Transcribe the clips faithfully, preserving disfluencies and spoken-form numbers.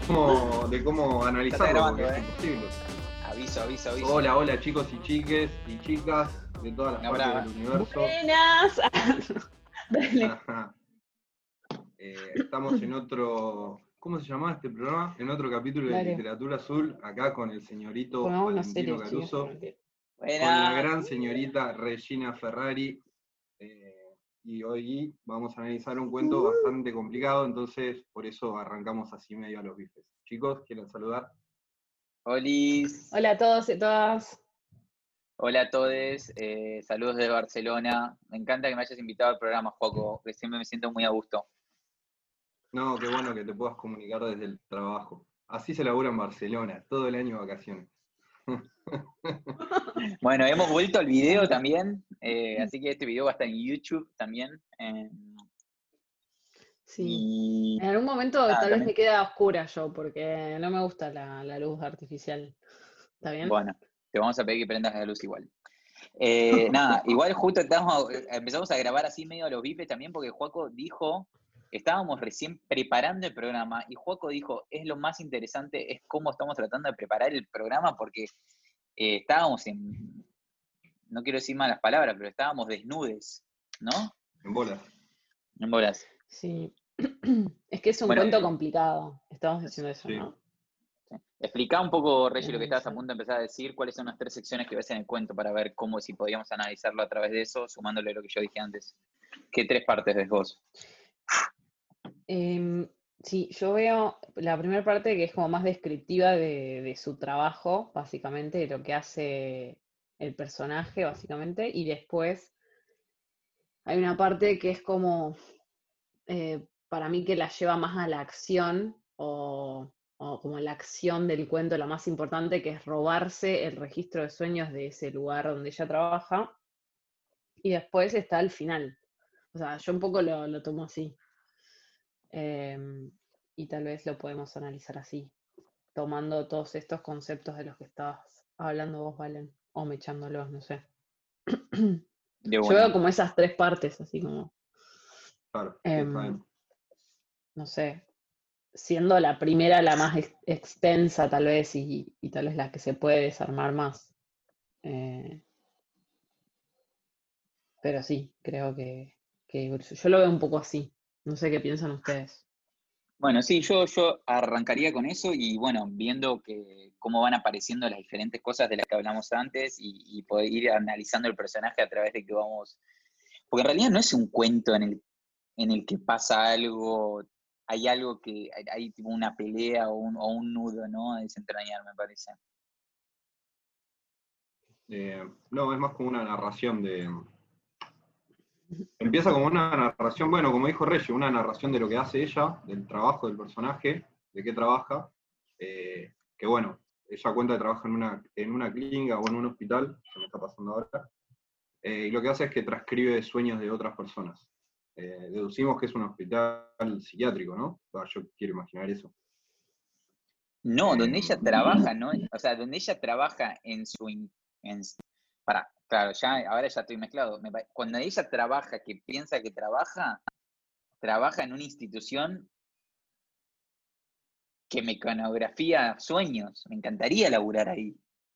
cómo, de cómo Está analizarlo, grabando, porque es ¿eh? imposible. Aviso, aviso, aviso. Hola, hola chicos y chiques y chicas de todas las No, partes pará. del universo. Buenas. Dale. Eh, estamos en otro, ¿cómo se llama este programa? En otro capítulo de Dale. Literatura Azul, acá con el señorito Pongámonos Valentino serios, chicos. Caruso, Buenas. con la gran señorita Regina Ferrari. eh, y hoy vamos a analizar un cuento bastante complicado, entonces por eso arrancamos así medio a los bifes. Chicos, ¿quieren saludar? Olis. Hola a todos y todas. Hola a todos. Eh, saludos de Barcelona. Me encanta que me hayas invitado al programa, Joaco, que siempre me siento muy a gusto. No, qué bueno que te puedas comunicar desde el trabajo. Así se labura en Barcelona, todo el año de vacaciones. Bueno, hemos vuelto al video también, eh, así que este video va a estar en YouTube también. Eh, Sí. y En algún momento nada, tal vez también. me queda oscura yo, porque no me gusta la, la luz artificial. ¿Está bien? Bueno, te vamos a pedir que prendas la luz igual. Eh, nada, igual justo estamos, empezamos a grabar así medio a los bifes también porque Joaco dijo, estábamos recién preparando el programa y Joaco dijo, es lo más interesante, es cómo estamos tratando de preparar el programa porque eh, estábamos en, no quiero decir malas palabras, pero estábamos desnudes, ¿no? En bolas. En bolas. Sí. Es que es un Bueno, cuento complicado. Estamos diciendo eso, Sí. ¿no? explica un poco, Reggie, lo que estabas a Analizar. punto de empezar a decir, cuáles son las tres secciones que ves en el cuento para ver cómo, si podíamos analizarlo a través de eso, sumándole lo que yo dije antes. ¿Qué tres partes ves vos? Em, sí, yo veo la primera parte que es como más descriptiva de, de su trabajo, básicamente, de lo que hace el personaje, básicamente, y después hay una parte que es como, eh, para mí, que la lleva más a la acción, o, o como la acción del cuento, lo más importante, que es robarse el registro de sueños de ese lugar donde ella trabaja, y después está el final. O sea, yo un poco lo, lo tomo así. Em, y tal vez lo podemos analizar así, tomando todos estos conceptos de los que estabas hablando vos, Valen, o mechándolos, no sé. De Yo una. veo como esas tres partes, así como, Claro, sí, está em, bien. no sé, siendo la primera la más ex- extensa tal vez y, y tal vez la que se puede desarmar más. Eh, pero sí, creo que, que yo lo veo un poco así. No sé qué piensan ustedes. Bueno, sí, yo, yo arrancaría con eso y bueno, viendo que cómo van apareciendo las diferentes cosas de las que hablamos antes y, y poder ir analizando el personaje a través de que vamos. Porque en realidad no es un cuento en el, en el que pasa algo, hay algo que, hay, hay tipo una pelea o un, o un nudo, ¿no? A desentrañar, me parece. Eh, no, es más como una narración de. Empieza como una narración, bueno, como dijo Reggie, una narración de lo que hace ella, del trabajo del personaje, de qué trabaja. eh, que bueno, ella cuenta que trabaja en una, en una clínica o en un hospital, se me está pasando ahora. eh, y lo que hace es que transcribe sueños de otras personas. Eh, deducimos que es un hospital psiquiátrico, ¿no? Ah, yo quiero imaginar eso. No, Eh, donde ella trabaja, ¿no? O sea, donde ella trabaja en su... in- en, para, claro, ya, ahora ya estoy mezclado. Me pa- cuando ella trabaja, que piensa que trabaja, trabaja en una institución que mecanografía sueños. Me encantaría laburar ahí.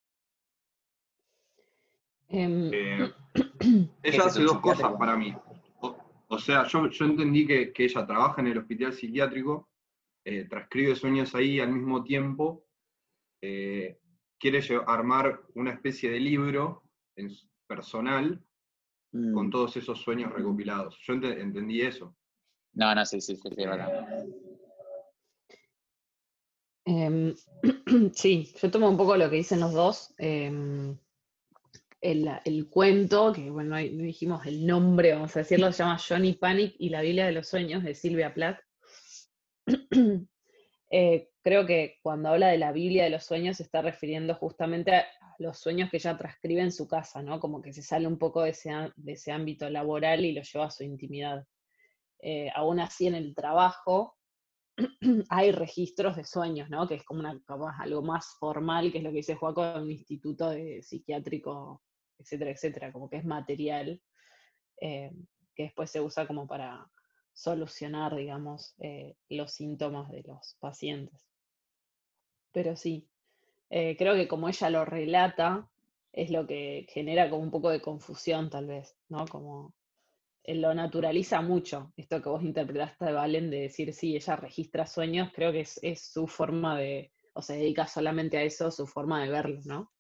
Em, eh, ¿Qué ella es eso, hace un dos cosas psiquiátrico? para mí. O, o sea, yo, yo entendí que, que ella trabaja en el hospital psiquiátrico, eh, transcribe sueños ahí al mismo tiempo, eh, quiere armar una especie de libro en, personal con Mm. todos esos sueños recopilados. Yo ent entendí eso. No, no, sí, sí, sí, sí, es verdad. eh, em, sí, yo tomo un poco lo que dicen los dos. em, el, el cuento, que bueno, ahí dijimos el nombre, vamos a decirlo, se llama Johnny Panic y la Biblia de los Sueños, de Silvia Plath. Eh, creo que cuando habla de la Biblia de los sueños se está refiriendo justamente a los sueños que ella transcribe en su casa, ¿no? Como que se sale un poco de ese, de ese ámbito laboral y lo lleva a su intimidad. Eh, aún así, en el trabajo hay registros de sueños, ¿no? Que es como una, capaz, algo más formal, que es lo que dice Joaco, de un instituto de psiquiátrico, etcétera, etcétera, como que es material, eh, que después se usa como para solucionar, digamos, eh, los síntomas de los pacientes. pero sí. Eh, creo que como ella lo relata, es lo que genera como un poco de confusión, tal vez, ¿no? Como eh, lo naturaliza mucho, esto que vos interpretaste de Valen, de decir, sí, ella registra sueños, creo que es, es su forma de, o se dedica solamente a eso, su forma de verlo, ¿no?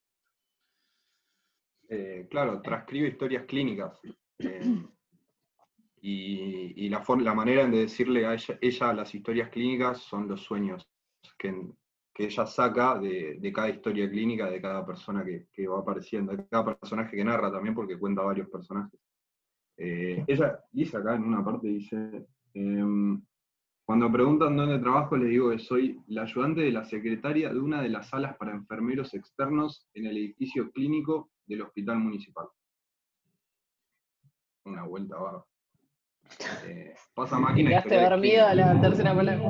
Eh, claro, transcribe historias clínicas. eh, y y la, for- la manera de decirle a ella, ella a las historias clínicas son los sueños que, que ella saca de, de cada historia clínica, de cada persona que, que va apareciendo, de cada personaje que narra también, porque cuenta varios personajes. Eh, ella dice acá en una parte, dice, em, cuando preguntan dónde trabajo, les digo que soy la ayudante de la secretaria de una de las salas para enfermeros externos en el edificio clínico del hospital municipal. Una vuelta va. Eh, pasa Te máquina, quedaste historiales dormido a clínicos. la tercera palabra.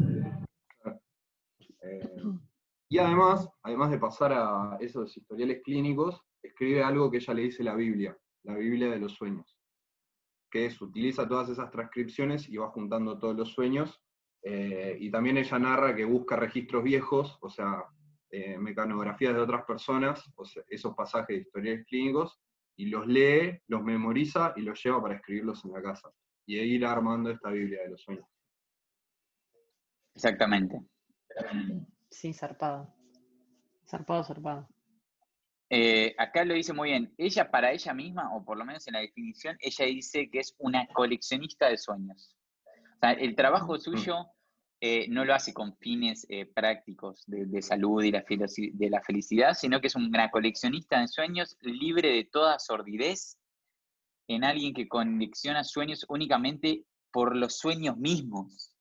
Eh, y además, además de pasar a esos historiales clínicos, escribe algo que ella le dice la Biblia, la Biblia de los sueños, que es, utiliza todas esas transcripciones y va juntando todos los sueños, eh, y también ella narra que busca registros viejos, o sea, eh, mecanografías de otras personas, o sea, esos pasajes de historiales clínicos, y los lee, los memoriza y los lleva para escribirlos en la casa, y ir armando esta Biblia de los sueños. Exactamente. Sí, zarpado. Zarpado, zarpado. Eh, acá lo dice muy bien. Ella, para ella misma, o por lo menos en la definición, ella dice que es una coleccionista de sueños. O sea, el trabajo suyo eh, no lo hace con fines eh, prácticos de, de salud y la felici- de la felicidad, sino que es una coleccionista de sueños libre de toda sordidez, en alguien que colecciona sueños únicamente por los sueños mismos.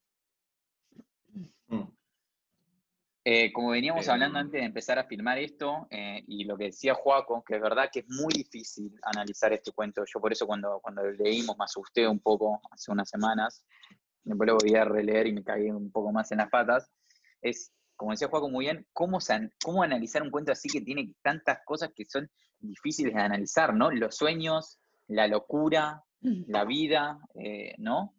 Mm. Eh, como veníamos Eh, hablando antes de empezar a filmar esto, eh, y lo que decía Joaco, que es verdad que es muy difícil analizar este cuento. Yo por eso cuando, cuando lo leímos me asusté un poco hace unas semanas, después lo volví a releer y me caí un poco más en las patas. Es, como decía Joaco muy bien, cómo, san, cómo analizar un cuento así que tiene tantas cosas que son difíciles de analizar, ¿no? Los sueños, la locura, la vida, eh, ¿no?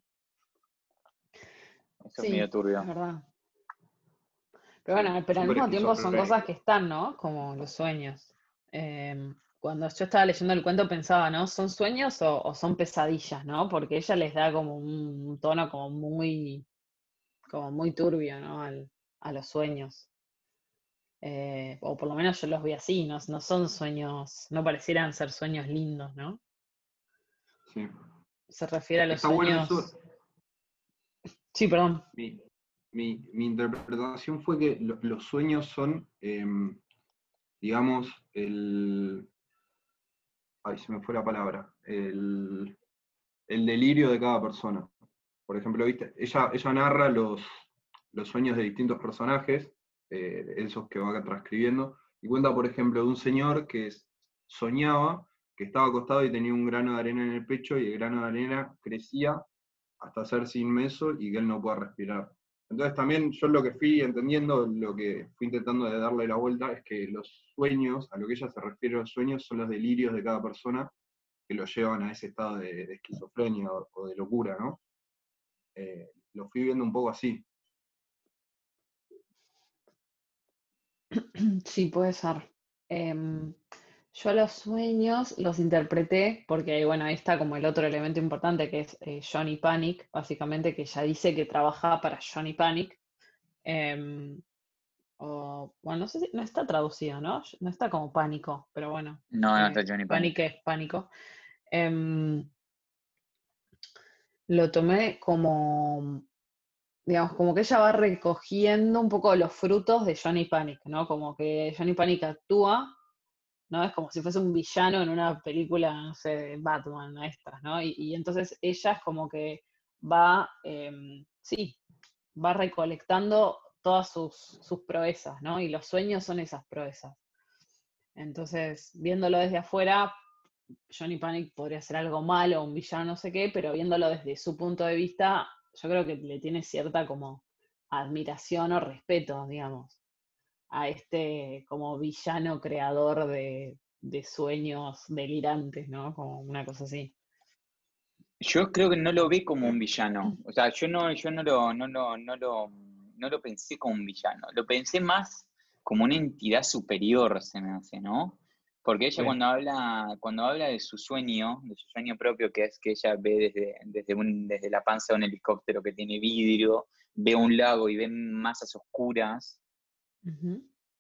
Eso es medio Sí, es turbio. verdad. Pero sí, bueno, pero al súper mismo tiempo son cosas esquizofrénico. que están, ¿no? Como los sueños. Em, cuando yo estaba leyendo el cuento pensaba, ¿no? ¿Son sueños o, o son pesadillas, ¿no? Porque ella les da como un tono como muy, como muy turbio, ¿no? Al- a los sueños. Eh, o por lo menos yo los vi así, no, no son sueños, no parecieran ser sueños lindos, ¿no? Sí. Se refiere a los Está bueno eso. sueños. Sí, perdón. Mi, mi, mi interpretación fue que lo- los sueños son, eh, digamos, el. Ay, se me fue la palabra. El, el delirio de cada persona. Por ejemplo, ¿viste? Ella, ella narra los, los sueños de distintos personajes, eh, esos que va transcribiendo, y cuenta, por ejemplo, de un señor que es- soñaba que estaba acostado y tenía un grano de arena en el pecho, y el grano de arena crecía hasta hacerse inmenso y que él no pueda respirar. Entonces también yo lo que fui entendiendo, lo que fui intentando de darle la vuelta, es que los sueños, a lo que ella se refiere a los sueños, son los delirios de cada persona que lo llevan a ese estado de, de esquizofrenia o, o de locura, ¿no? Eh, lo fui viendo un poco así. Sí, puede ser. Em, yo los sueños los interpreté porque, bueno, ahí está como el otro elemento importante que es eh, Johnny Panic, básicamente que ella dice que trabaja para Johnny Panic. Em, o, bueno, no sé si, no está traducido, ¿no? No está como pánico, pero bueno, No, no está eh, Johnny Panic Panic. es pánico. Em, lo tomé como, digamos, como que ella va recogiendo un poco los frutos de Johnny Panic, ¿no? Como que Johnny Panic actúa, ¿no? Es como si fuese un villano en una película, no sé, de Batman, ¿no? Estas, ¿no? Y, y entonces ella es como que va, em, sí, va recolectando todas sus, sus proezas, ¿no? Y los sueños son esas proezas. Entonces, viéndolo desde afuera, Johnny Panic podría ser algo malo, un villano, no sé qué, pero viéndolo desde su punto de vista, yo creo que le tiene cierta como admiración o respeto, digamos, a este como villano creador de, de sueños delirantes, ¿no? Como una cosa así. Yo creo que no lo ve como un Eh, villano. O sea, yo no, yo no lo, no lo, no lo, no lo pensé como un villano, lo pensé más como una entidad superior, se me hace, ¿no? Porque ella Sí. cuando habla, cuando habla de su sueño, de su sueño propio, que es que ella ve desde, desde, un, desde la panza de un helicóptero que tiene vidrio, ve un lago y ve masas oscuras. Ujú.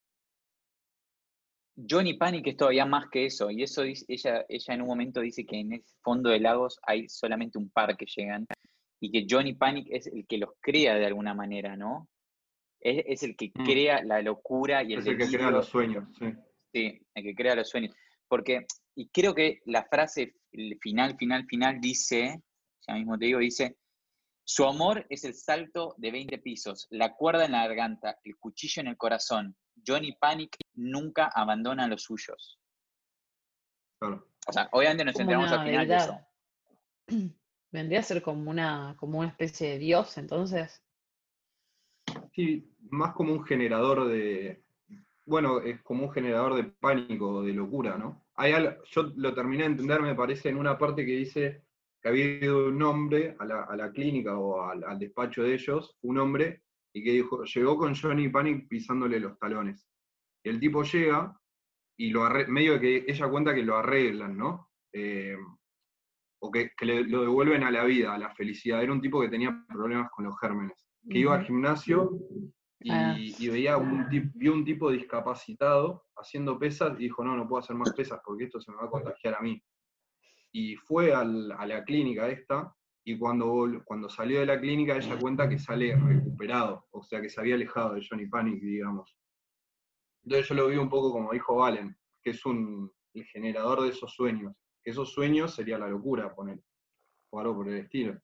Johnny Panic es todavía más que eso, y eso dice, ella, ella en un momento dice que en ese fondo de lagos hay solamente un par que llegan, y que Johnny Panic es el que los crea de alguna manera, ¿no? Es, es el que Mm. crea la locura y el Es el que crea delirio. los sueños, sí. Sí, el que crea los sueños. Porque, y creo que la frase final, final, final dice, ya mismo te digo, dice, su amor es el salto de veinte pisos, la cuerda en la garganta, el cuchillo en el corazón. Johnny Panic nunca abandona a los suyos. Claro. O sea, obviamente nos Como enteramos al una final de eso. deidad. Vendría a ser como una, como una especie de dios, entonces. Sí, más como un generador de. Bueno, es como un generador de pánico, de locura, ¿no? Hay algo, yo lo terminé de entender, me parece, en una parte que dice que había ido un hombre a la, a la clínica o al, al despacho de ellos, un hombre, y que dijo, llegó con Johnny Panic pisándole los talones. Y el tipo llega y lo arre- medio de que ella cuenta que lo arreglan, ¿no? Eh, o que, que le, lo devuelven a la vida, a la felicidad. Era un tipo que tenía problemas con los gérmenes, que iba al Ujú. gimnasio Ah, y, y veía un tip- vio un tipo discapacitado haciendo pesas y dijo, no, no puedo hacer más pesas porque esto se me va a contagiar a mí. Y fue al- a la clínica esta, y cuando, vol- cuando salió de la clínica ella cuenta que sale recuperado, o sea que se había alejado de Johnny Panic, digamos. Entonces yo lo vi un poco como dijo Valen, que es un, el generador de esos sueños. Que esos sueños sería la locura, poner, o algo por el estilo.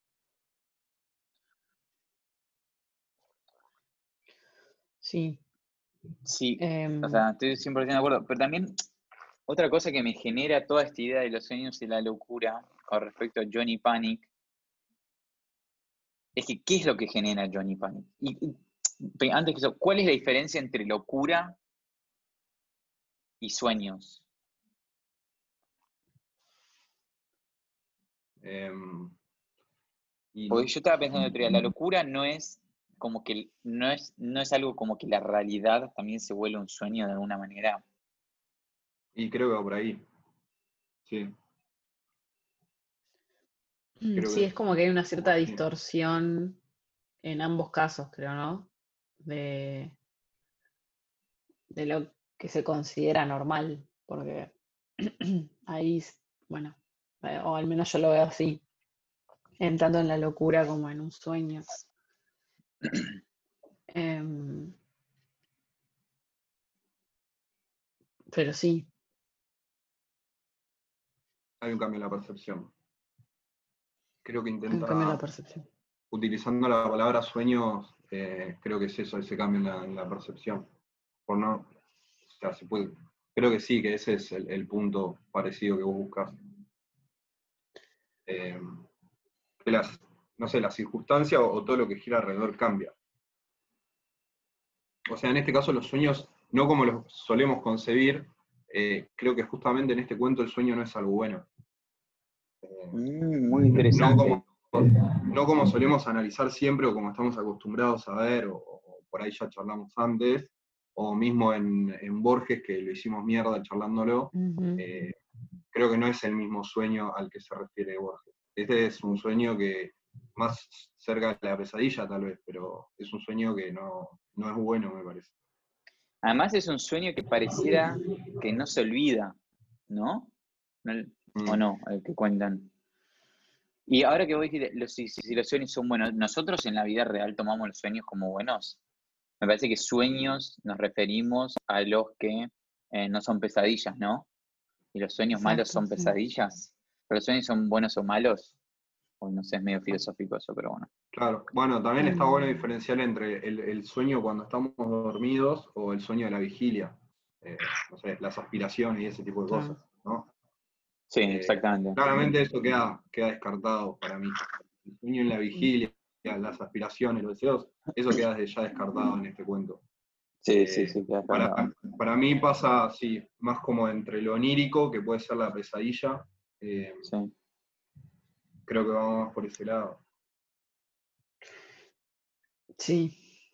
sí. Sí, o Em, sea, estoy cien por ciento de acuerdo. Pero también otra cosa que me genera toda esta idea de los sueños y la locura con respecto a Johnny Panic es que, ¿qué es lo que genera Johnny Panic? Y, y antes que eso, ¿cuál es la diferencia entre locura y sueños? Eh, y, Porque yo estaba pensando el otro día, la locura no es como que no es, no es algo como que la realidad también se vuelve un sueño de alguna manera. y creo que va por ahí. Sí, creo sí, que es como que hay una cierta sí. distorsión en ambos casos, creo, ¿no? De, de lo que se considera normal, porque ahí, bueno, eh, o al menos yo lo veo así, entrando en la locura como en un sueño. Em, pero sí, Hay un cambio en la percepción. Creo que hay un cambio en la intenta, percepción. utilizando la palabra sueños, eh, creo que es eso, ese cambio en la, en la percepción. Por no, o sea, se puede, creo que sí, que ese es el, el punto parecido que vos buscas. Eh, que las, no sé, las circunstancias o, o todo lo que gira alrededor cambia. O sea, en este caso los sueños, no como los solemos concebir, eh, creo que justamente en este cuento el sueño no es algo bueno. Eh, Mm, muy no interesante. como, no como solemos analizar siempre o como estamos acostumbrados a ver, o, o por ahí ya charlamos antes, o mismo en, en Borges, que lo hicimos mierda charlándolo, Ujú. eh, creo que no es el mismo sueño al que se refiere Borges. Este es un sueño que más cerca de la pesadilla tal vez, pero es un sueño que no, no es bueno, me parece. Además es un sueño que pareciera que no se olvida, ¿no? ¿No? ¿O Mm. no? El que cuentan. Y ahora que voy a decir, los, si, si- si los sueños son buenos, nosotros en la vida real tomamos los sueños como buenos. Me parece que sueños nos referimos a los que eh, no son pesadillas, ¿no? Y los sueños malos Exacto, son sí. pesadillas. Pero los sueños son buenos o malos. O no sé, es medio filosófico eso, pero bueno. Claro, bueno, también está bueno Em, diferenciar entre el, el sueño cuando estamos dormidos o el sueño de la vigilia. Eh, no sé, las aspiraciones y ese tipo de claro. cosas, ¿no? Sí, Eh, exactamente. claramente eso queda, queda descartado para mí. El sueño en la vigilia, las aspiraciones, los deseos, eso queda desde ya descartado en este cuento. Sí, sí, Eh, sí, queda para, descartado. para mí pasa así, más como entre lo onírico, que puede ser la pesadilla, eh, Sí. creo que vamos más por ese lado. Sí.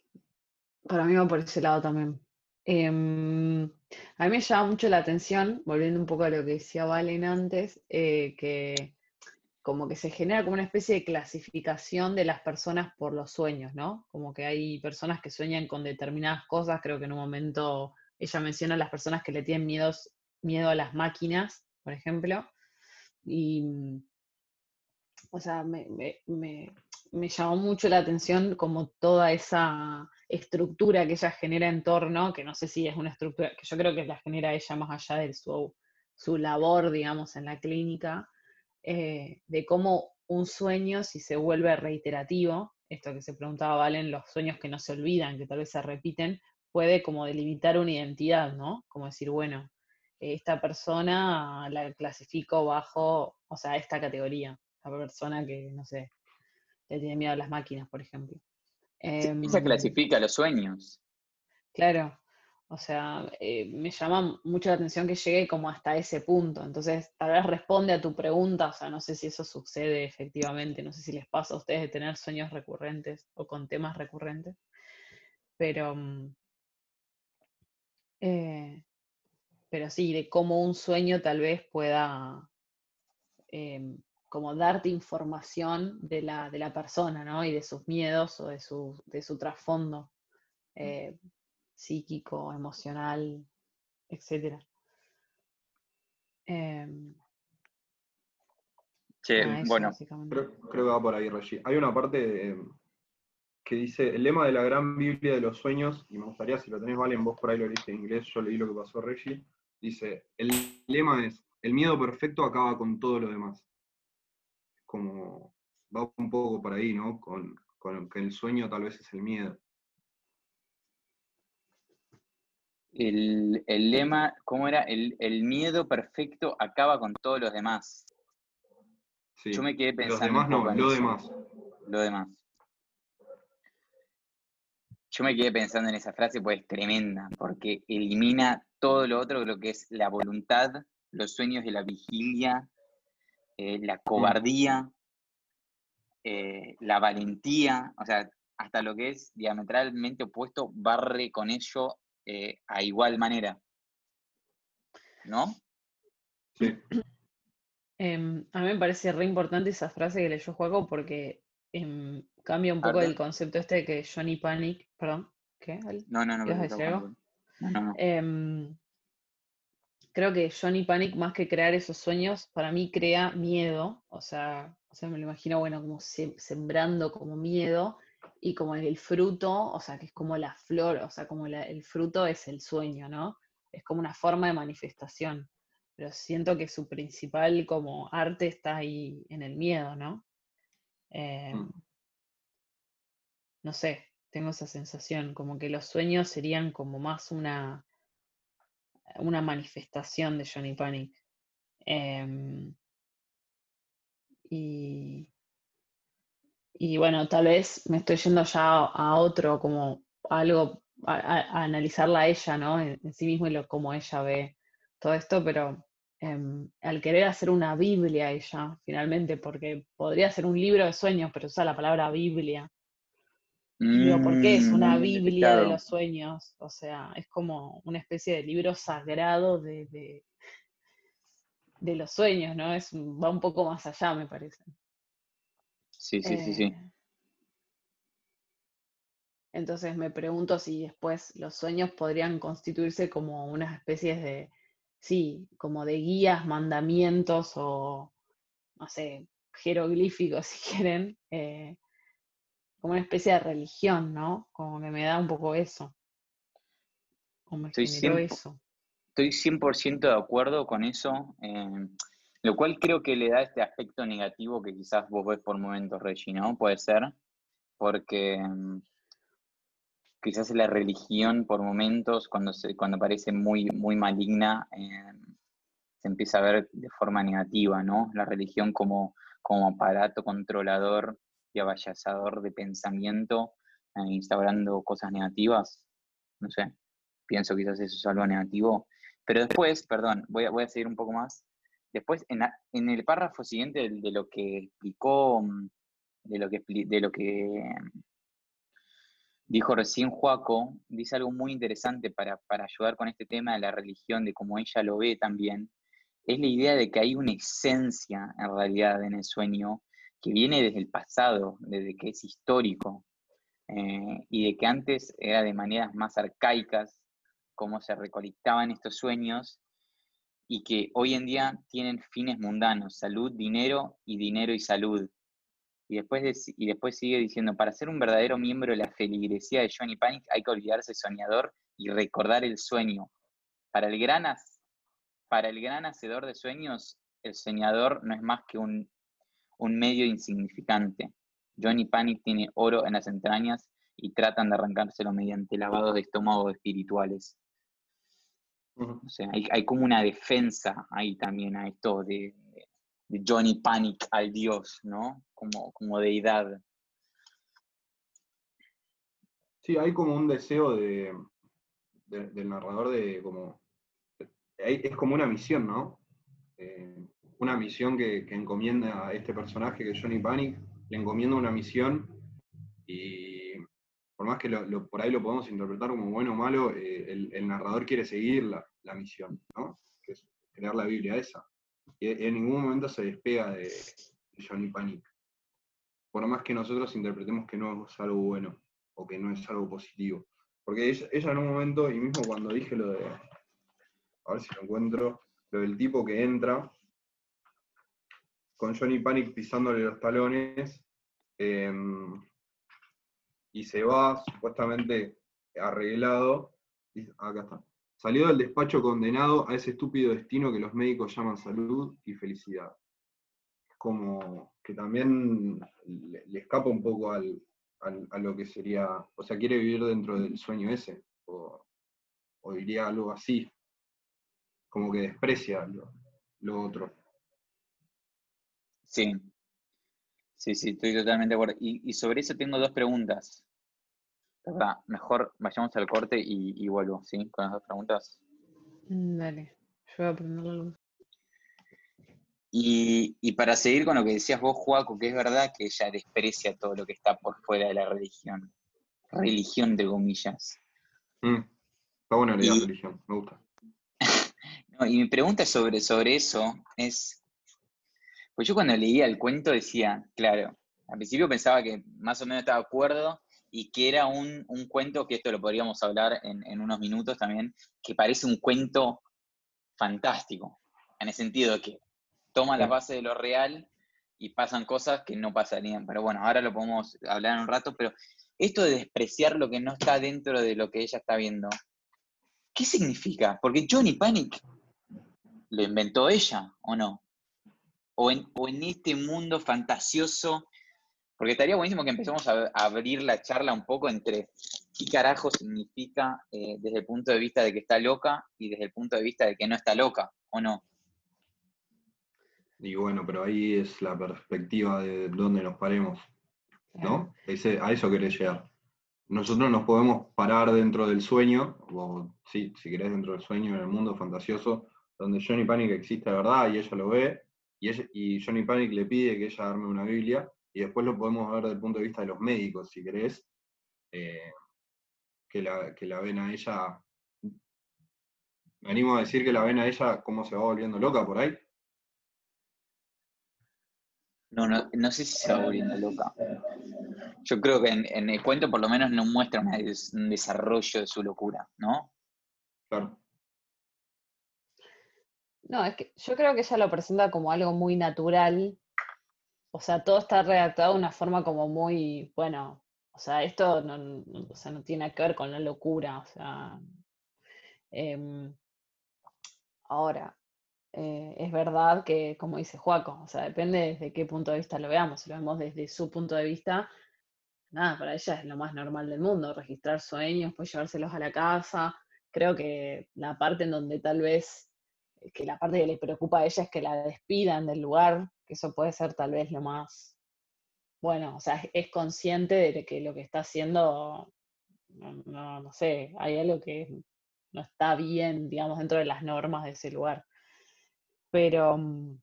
Para mí va por ese lado también. Em, a mí me llama mucho la atención, volviendo un poco a lo que decía Valen antes, eh, que como que se genera como una especie de clasificación de las personas por los sueños, ¿no? Como que hay personas que sueñan con determinadas cosas, creo que en un momento ella menciona a las personas que le tienen miedos, miedo a las máquinas, por ejemplo, y, o sea, me, me, me, me llamó mucho la atención como toda esa estructura que ella genera en torno, que no sé si es una estructura, que yo creo que la genera ella más allá de su, su labor, digamos, en la clínica, eh, de cómo un sueño, si se vuelve reiterativo, esto que se preguntaba Valen, los sueños que no se olvidan, que tal vez se repiten, puede como delimitar una identidad, ¿no? Como decir, bueno, esta persona la clasifico bajo, o sea, esta categoría, la persona que, no sé, le tiene miedo a las máquinas, por ejemplo. Ella Em, clasifica los sueños. Claro, o sea, eh, me llama mucho la atención que llegue como hasta ese punto. Entonces, tal vez responde a tu pregunta, o sea, no sé si eso sucede efectivamente, no sé si les pasa a ustedes de tener sueños recurrentes o con temas recurrentes, pero, mm, eh, pero sí, de cómo un sueño tal vez pueda em, como darte información de la, de la persona, ¿no? Y de sus miedos o de su, de su trasfondo eh, psíquico, emocional, etcétera. Em, Che, Nada, eso bueno, básicamente. Creo, creo que va por ahí, Reggie. Hay una parte eh, que dice, el lema de la gran Biblia de los sueños, y me gustaría, si lo tenés, Valen, vos por ahí lo leíste en inglés, yo leí lo que pasó a Reggie, dice, el lema es, el miedo perfecto acaba con todo lo demás. Como va un poco por ahí, ¿no? Con, con que el sueño tal vez es el miedo. el, el lema, ¿cómo era? El, el miedo perfecto acaba con todos los demás. Yo Sí. me quedé Los pensando un demás no, poco en lo eso, demás. lo demás. Yo me quedé pensando en esa frase, pues es tremenda, porque elimina todo lo otro, lo que es la voluntad, los sueños de la vigilia, eh, la Mm. cobardía, eh, la valentía, o sea, hasta lo que es diametralmente opuesto, barre con ello eh, a igual manera, ¿no? Sí. Em, a mí me parece re importante esa frase que leyó Joaco porque em, cambia un poco el Arte. concepto este de que Johnny Panic, perdón, ¿qué? Ale? No, no, no, pero ¿Ibas a te está decir algo? buscando. No, no, no. Em, Creo que Johnny Panic, más que crear esos sueños, para mí crea miedo, o sea, o sea, me lo imagino, bueno, como se- sembrando como miedo, y como el fruto, o sea, que es como la flor, o sea, como la- el fruto es el sueño, ¿no? Es como una forma de manifestación, pero siento que su principal como arte está ahí en el miedo, ¿no? Eh, Mm. no sé, tengo esa sensación, como que los sueños serían como más una, una manifestación de Johnny Panic. Em, y, y bueno, tal vez me estoy yendo ya a, a otro, como algo, a, a- a analizarla a ella, ¿no? En, en sí mismo y lo, cómo ella ve todo esto, pero em, al querer hacer una Biblia ella, finalmente, porque podría ser un libro de sueños, pero usa la palabra Biblia. Y digo, ¿por qué es Mm, muy una bien Biblia de detectado. los sueños? O sea, es como una especie de libro sagrado de, de, de los sueños, ¿no? Es, va un poco más allá, me parece. Sí, sí, sí, sí. Eh, Entonces me pregunto si después los sueños podrían constituirse como unas especies de, sí, como de guías, mandamientos o, no sé, jeroglíficos si quieren, eh, como una especie de religión, ¿no? Como que me da un poco eso, o me Estoy generó cien, eso. estoy cien por ciento de acuerdo con eso, eh, lo cual creo que le da este aspecto negativo que quizás vos ves por momentos, Reggie, ¿no? Puede ser, porque mm, quizás la religión por momentos, cuando, se, cuando parece muy, muy maligna, eh, se empieza a ver de forma negativa, ¿no? La religión como, como aparato controlador y avallazador de pensamiento, eh, instaurando cosas negativas, no sé, pienso quizás eso es algo negativo. Pero después, perdón, voy a, voy a seguir un poco más. Después, en, la, en el párrafo siguiente de, de lo que explicó, de lo que, de lo que Dijo recién Joaco, dice algo muy interesante para, para ayudar con este tema de la religión, de cómo ella lo ve también, es la idea de que hay una esencia en realidad en el sueño que viene desde el pasado, desde que es histórico, eh, y de que antes era de maneras más arcaicas cómo se recolectaban estos sueños, y que hoy en día tienen fines mundanos, salud, dinero y dinero y salud. Y después, de, y después sigue diciendo, para ser un verdadero miembro de la feligresía de Johnny Panic hay que olvidarse soñador y recordar el sueño. Para el gran, para el gran hacedor de sueños, el soñador no es más que un, un medio insignificante. Johnny Panic tiene oro en las entrañas y tratan de arrancárselo mediante lavados de estómago espirituales. Ujú. O sea, hay, hay como una defensa ahí también a esto de, de, de Johnny Panic al dios, ¿no? Como, como deidad. Sí, hay como un deseo de, de- del narrador de como... hay- Es como una misión, ¿no? Eh, una misión que, que encomienda a este personaje que es Johnny Panic, le encomienda una misión y por más que lo, lo- por ahí lo podemos interpretar como bueno o malo, eh, el, el narrador quiere seguir la, la misión, ¿no? Que es crear la Biblia esa. Y en ningún momento se despega de, de Johnny Panic. Por más que nosotros interpretemos que no es algo bueno o que no es algo positivo. Porque ella, ella en un momento, y mismo cuando dije lo de, a ver si lo encuentro, lo del tipo que entra con Johnny Panic pisándole los talones, eh, y se va supuestamente arreglado, y acá está, salió del despacho condenado a ese estúpido destino que los médicos llaman salud y felicidad. Como que también le, le escapa un poco al, al, a lo que sería, o sea, quiere vivir dentro del sueño ese, o, o diría algo así, como que desprecia lo, lo otro. Sí, sí, sí, estoy totalmente de acuerdo. Y, y sobre eso tengo dos preguntas. ¿Verdad? Mejor vayamos al corte y, y vuelvo, ¿sí? Con las dos preguntas. Mm, Dale, yo voy a prender la luz. Y, y para seguir con lo que decías vos, Joaco, que es verdad que ella desprecia todo lo que está por fuera de la religión. Religión, entre comillas. Mm, está buena la idea de Y, religión, me gusta. no, y mi pregunta sobre, sobre eso es, pues yo cuando leía el cuento decía, claro, al principio pensaba que más o menos estaba de acuerdo y que era un, un cuento, que esto lo podríamos hablar en, en unos minutos también, que parece un cuento fantástico, en el sentido de que toma las Sí. bases de lo real y pasan cosas que no pasarían. Pero bueno, ahora lo podemos hablar en un rato, pero esto de despreciar lo que no está dentro de lo que ella está viendo, ¿qué significa? Porque Johnny Panic lo inventó ella, ¿o no? O en, o en este mundo fantasioso, porque estaría buenísimo que empecemos a, a abrir la charla un poco entre qué carajo significa eh, desde el punto de vista de que está loca y desde el punto de vista de que no está loca, ¿o no? Y bueno, pero ahí es la perspectiva de dónde nos paremos, Claro. ¿no? Ese, a eso querés llegar. Nosotros nos podemos parar dentro del sueño, o sí, si querés dentro del sueño, en el mundo fantasioso, donde Johnny Panic existe de verdad y ella lo ve, y, ella, y Johnny Panic le pide que ella arme una Biblia, y después lo podemos ver desde el punto de vista de los médicos, si querés, eh, que, la, que la ven a ella, me animo a decir que la ven a ella cómo se va volviendo loca por ahí. No, no, no sé si se va volviendo loca. Yo creo que en, en el cuento por lo menos no muestra una des- un desarrollo de su locura, ¿no? Claro. No, es que yo creo que ella lo presenta como algo muy natural. O sea, todo está redactado de una forma como muy, bueno, o sea, esto no, no- o sea, no tiene que ver con la locura. O sea, em, ahora, eh, es verdad que, como dice Joaco, o sea, depende desde qué punto de vista lo veamos. Si lo vemos desde su punto de vista, nada, para ella es lo más normal del mundo, registrar sueños, pues llevárselos a la casa. Creo que la parte en donde tal vez, eh, que la parte que le preocupa a ella es que la despidan del lugar, que eso puede ser tal vez lo más, bueno, o sea, es, es consciente de que lo que está haciendo, no, no, no sé, hay algo que no está bien, digamos, dentro de las normas de ese lugar. Pero, mm,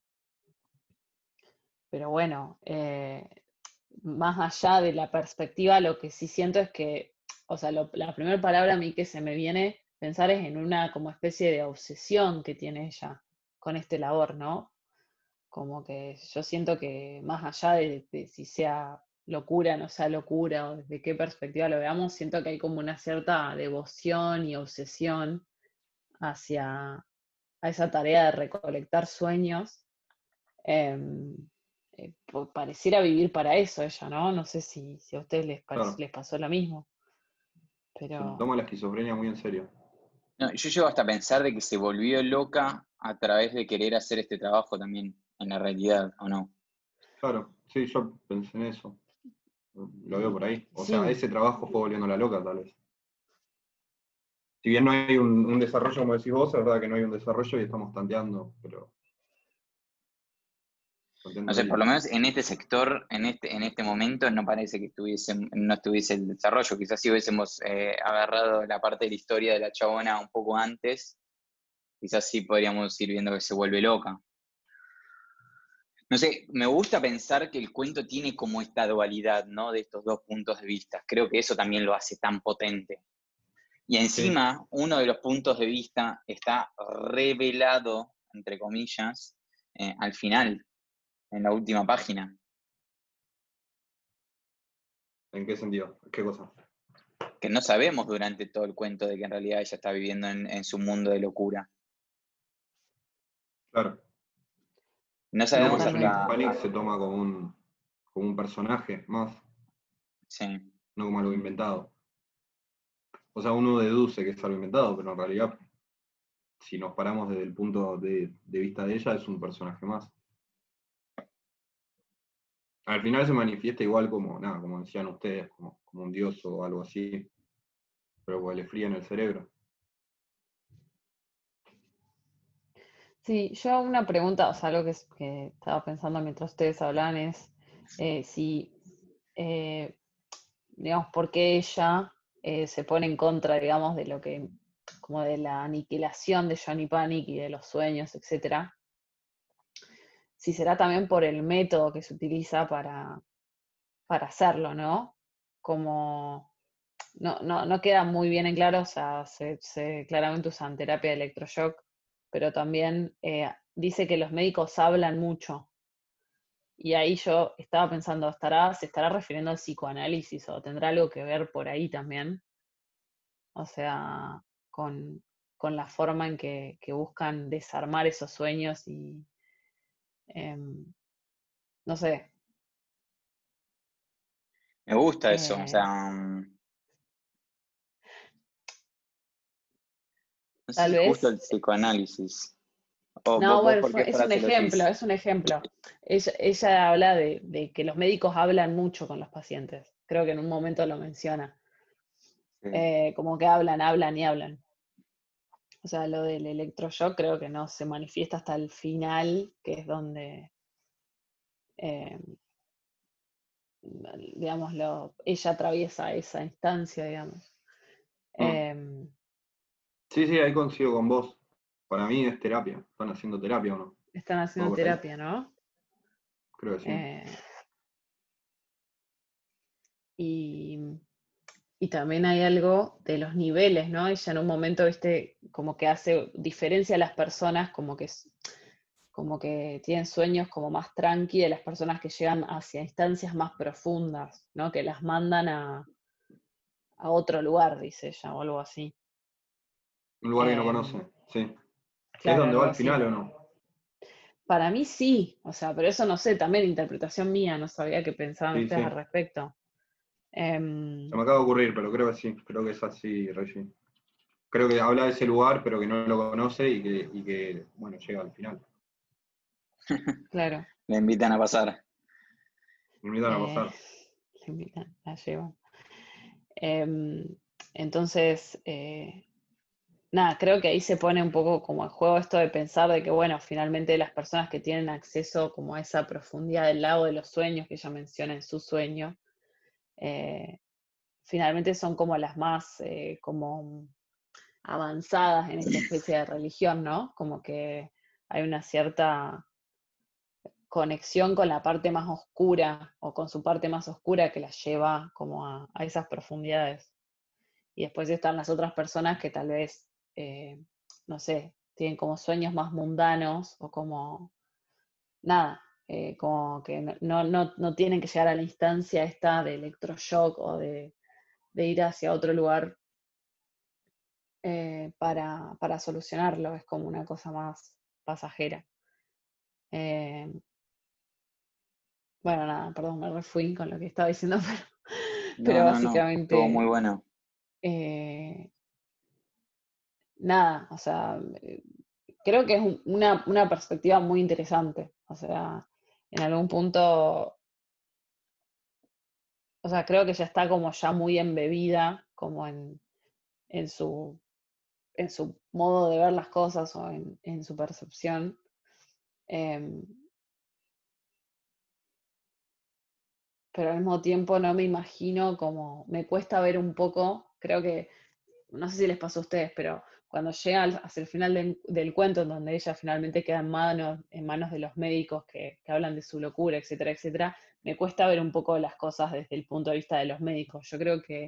pero bueno, eh, más allá de la perspectiva, lo que sí siento es que o sea, lo- la primera palabra a mí que se me viene pensar es en una como especie de obsesión que tiene ella con este labor, ¿no? Como que yo siento que más allá de, de si sea locura, no sea locura, o desde qué perspectiva lo veamos, siento que hay como una cierta devoción y obsesión hacia a esa tarea de recolectar sueños. em, eh, po- pareciera vivir para eso ella, ¿no? No sé si, si a ustedes les, parec- Claro, les pasó lo mismo, se pero toma la esquizofrenia muy en serio. No, yo llego hasta a pensar de que se volvió loca a través de querer hacer este trabajo también en la realidad, ¿o no? Claro, sí, yo pensé en eso. Lo veo por ahí. O sea, sí, ese trabajo fue volviéndola loca, tal vez. Si bien no hay un, un desarrollo, como decís vos, es verdad que no hay un desarrollo y estamos tanteando, pero No tanteando sé, por ella. lo menos en este sector, en este, en este momento, no parece que estuviese, no estuviese el desarrollo. Quizás si hubiésemos eh, agarrado la parte de la historia de la chabona un poco antes, quizás sí podríamos ir viendo que se vuelve loca. No sé, me gusta pensar que el cuento tiene como esta dualidad, ¿no? De estos dos puntos de vista. Creo que eso también lo hace tan potente. Y Sí, encima, uno de los puntos de vista está revelado, entre comillas, eh, al final, en la última página. ¿en qué sentido? ¿Qué cosa? Que no sabemos durante todo el cuento de que en realidad ella está viviendo en, en su mundo de locura. Claro. No No, sabemos porque Panic, hasta... totalmente. Panic se toma como un, como un personaje más, Sí. no como algo inventado. O sea, uno deduce que es algo inventado, pero en realidad, si nos paramos desde el punto de, de vista de ella, es un personaje más. Al final se manifiesta igual como, nada, como decían ustedes, como, como un dios o algo así, pero porque le fríen el cerebro. Sí, yo hago una pregunta, o sea, algo que, es- que estaba pensando mientras ustedes hablan es eh, si, eh, digamos, por qué ella eh, se pone en contra, digamos, de lo que, como de la aniquilación de Johnny Panic y de los sueños, etcétera. Si será también por el método que se utiliza para, para hacerlo, ¿no? Como no, no, no queda muy bien en claro, o sea, se, se claramente usan terapia de electroshock, pero también eh, dice que los médicos hablan mucho. Y ahí yo estaba pensando, ¿estará, se estará refiriendo al psicoanálisis o tendrá algo que ver por ahí también? O sea, con, con la forma en que, que buscan desarmar esos sueños y, em, no sé, Me gusta eso, o eh, sea, mm, no sé tal si justo vez. el psicoanálisis. O vos, No, vos bueno, ¿por qué fue- es un frase lo ejemplo, decís? es un ejemplo. Ella, ella habla de, de que los médicos hablan mucho con los pacientes. Creo que en un momento lo menciona. Sí. Eh, como que hablan, hablan y hablan. O sea, lo del electroshock creo que no se manifiesta hasta el final, que es donde, eh, digamos, lo, ella atraviesa esa instancia, digamos. Mm. Eh, Sí, sí, ahí coincido con vos. Para mí es terapia. ¿Están haciendo terapia o no? están ¿Va haciendo por ahí? terapia, ¿no? Creo que sí. Eh, y Y también hay algo de los niveles, ¿no? Ella en un momento, viste, como que hace diferencia a las personas, como que, es- como que tienen sueños como más tranqui de las personas que llegan hacia instancias más profundas, ¿no? Que las mandan a, a otro lugar, dice ella, o algo así. Un lugar que no Em, conoce, sí. ¿Que es claro, donde va algo al final así. o no? Para mí sí, o sea, pero eso no sé, también interpretación mía, no sabía qué pensaban Sí, ustedes sí. al respecto. Se Em, me acaba de ocurrir, pero creo que sí. Creo que es así, Reggie. Creo que habla de ese lugar, pero que no lo conoce y que, y que bueno, llega al final. claro. Me invitan a pasar. Me invitan a eh, pasar. la invitan, la llevan. Em, entonces, eh, nada, creo que ahí se pone un poco como en juego esto de pensar de que, bueno, finalmente las personas que tienen acceso como a esa profundidad del lago de los sueños que ella menciona en su sueño, eh, finalmente son como las más eh, como avanzadas en esta especie de religión, ¿no? Como que hay una cierta conexión con la parte más oscura o con su parte más oscura que la lleva como a, a esas profundidades. Y después están las otras personas que tal vez, eh, no sé, tienen como sueños más mundanos o como, nada, eh, como que no, no, no, no tienen que llegar a la instancia esta de electroshock o de, de ir hacia otro lugar eh, para, para solucionarlo, es como una cosa más pasajera. Eh, bueno, nada, perdón, me refui con lo que estaba diciendo, pero, No, pero no, no, estuvo muy básicamente, bueno. eh, nada, o sea, eh, creo que es un- una, una perspectiva muy interesante, o sea, en algún punto, o sea, creo que ya está como ya muy embebida, como en, en su, en su modo de ver las cosas o en, en su percepción. Em, pero al mismo tiempo no me imagino como, me cuesta ver un poco, creo que, no sé si les pasó a ustedes, pero cuando llega al- hacia el final del, del cuento, en donde ella finalmente queda en manos, en manos de los médicos que, que hablan de su locura, etcétera, etcétera, me cuesta ver un poco las cosas desde el punto de vista de los médicos. Yo creo que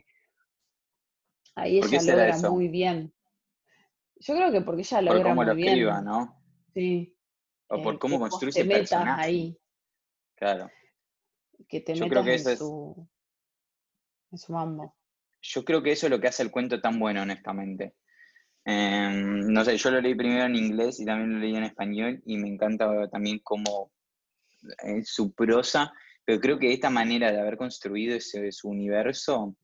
ahí ¿Por qué ella será logra eso? muy bien. Yo creo que porque ella Por logra cómo lo muy escriba, bien, ¿no? sí, O por eh, cómo que vos construye te ese metas personaje. ahí, Claro. que te Yo creo metas que en eso es, su, en su mambo. yo creo que eso es lo que hace el cuento tan bueno, honestamente. Eh, no sé, yo lo leí primero en inglés y también lo leí en español y me encanta también cómo eh, su prosa, pero creo que esta manera de haber construido ese, su universo,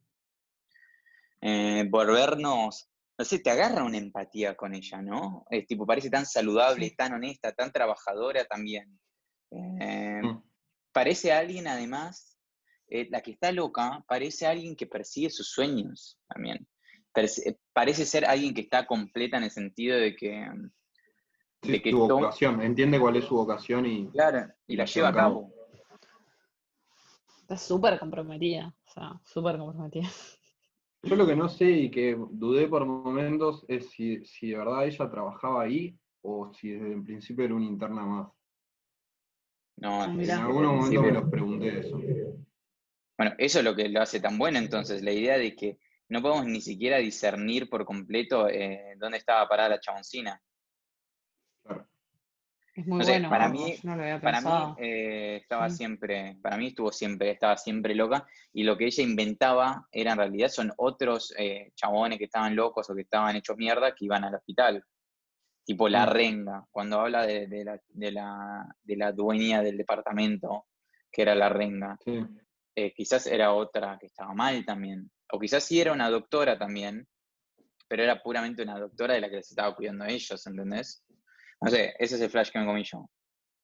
eh, volvernos, no sé, te agarra una empatía con ella, ¿no? Es tipo, parece tan saludable, Sí. tan honesta, tan trabajadora también. Eh, Mm. parece alguien, además, eh, la que está loca, parece alguien que persigue sus sueños también. Parece, parece ser alguien que está completa en el sentido de que, de Sí, que su todo, vocación, entiende cuál es su vocación y, claro, y y la la lleva lleva a a cabo. cabo. Está súper comprometida, o sea, súper comprometida. Yo lo que no sé y que dudé por momentos es si, si de verdad ella trabajaba ahí o si desde el principio era una interna más. No, Ah, En es mirá. desde el algunos momentos me principio. los pregunté eso. Bueno, eso es lo que lo hace tan bueno entonces, la idea de que no podemos ni siquiera discernir por completo eh, dónde estaba parada la chaboncina. Claro. Es muy No sé, bueno para eso, mí, yo no lo había para mí pensado. eh, estaba Sí. siempre, para mí estuvo siempre, estaba siempre loca, y lo que ella inventaba era en realidad son otros eh, chabones que estaban locos o que estaban hechos mierda que iban al hospital, tipo la Mm, renga, cuando habla de, de la, de, la, de la dueña del departamento, que era la renga, sí. eh, quizás era otra que estaba mal también, o quizás sí era una doctora también, pero era puramente una doctora de la que les estaba cuidando a ellos, ¿entendés? No sé, ese es el flash que me comí yo.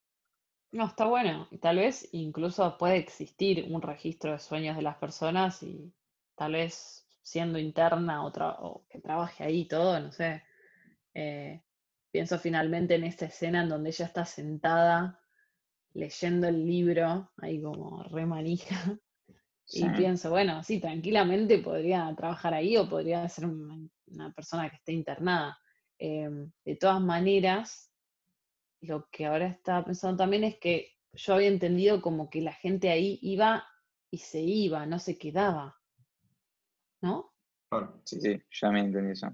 No, está bueno. Y tal vez incluso puede existir un registro de sueños de las personas y tal vez siendo interna o, tra- o que trabaje ahí y todo, no sé. Eh, pienso finalmente en esta escena en donde ella está sentada leyendo el libro, ahí como re manija, Sí. y pienso, bueno, sí, tranquilamente podría trabajar ahí o podría ser una, una persona que esté internada. Eh, de todas maneras, lo que ahora estaba pensando también es que yo había entendido como que la gente ahí iba y se iba, no se quedaba, ¿no? Claro. Sí, sí, yo también entendí eso.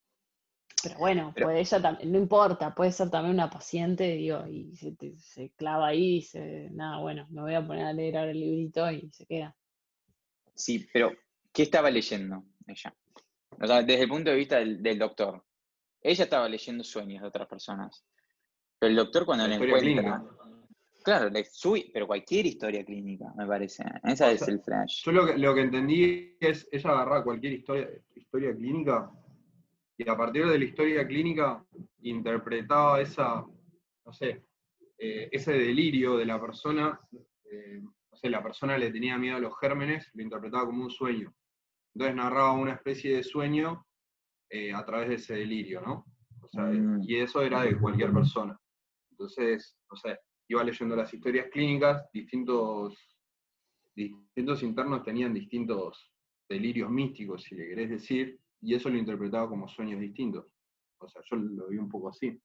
Pero bueno, Pero puede ella también, no importa, puede ser también una paciente, digo, y se, te- se clava ahí y dice, nada, bueno, me voy a poner a leer ahora el librito y se queda. sí, pero ¿qué estaba leyendo ella? O sea, desde el punto de vista del, del doctor. Ella estaba leyendo sueños de otras personas. Pero el doctor cuando La la historia encuentra, clínica. claro, le su- pero cualquier historia clínica, me parece. Esa O es sea, el flash. yo lo que, lo que entendí es, ella agarraba cualquier historia, historia clínica y a partir de la historia clínica interpretaba esa, no sé, eh, ese delirio de la persona, eh, no sé, la persona le tenía miedo a los gérmenes, lo interpretaba como un sueño. Entonces narraba una especie de sueño eh, a través de ese delirio, ¿no? O sea, Mm, y eso era de cualquier persona. Entonces, no sé, iba leyendo las historias clínicas, distintos, distintos internos tenían distintos delirios místicos, si le querés decir, y eso lo interpretaba como sueños distintos. O sea, yo lo vi un poco así.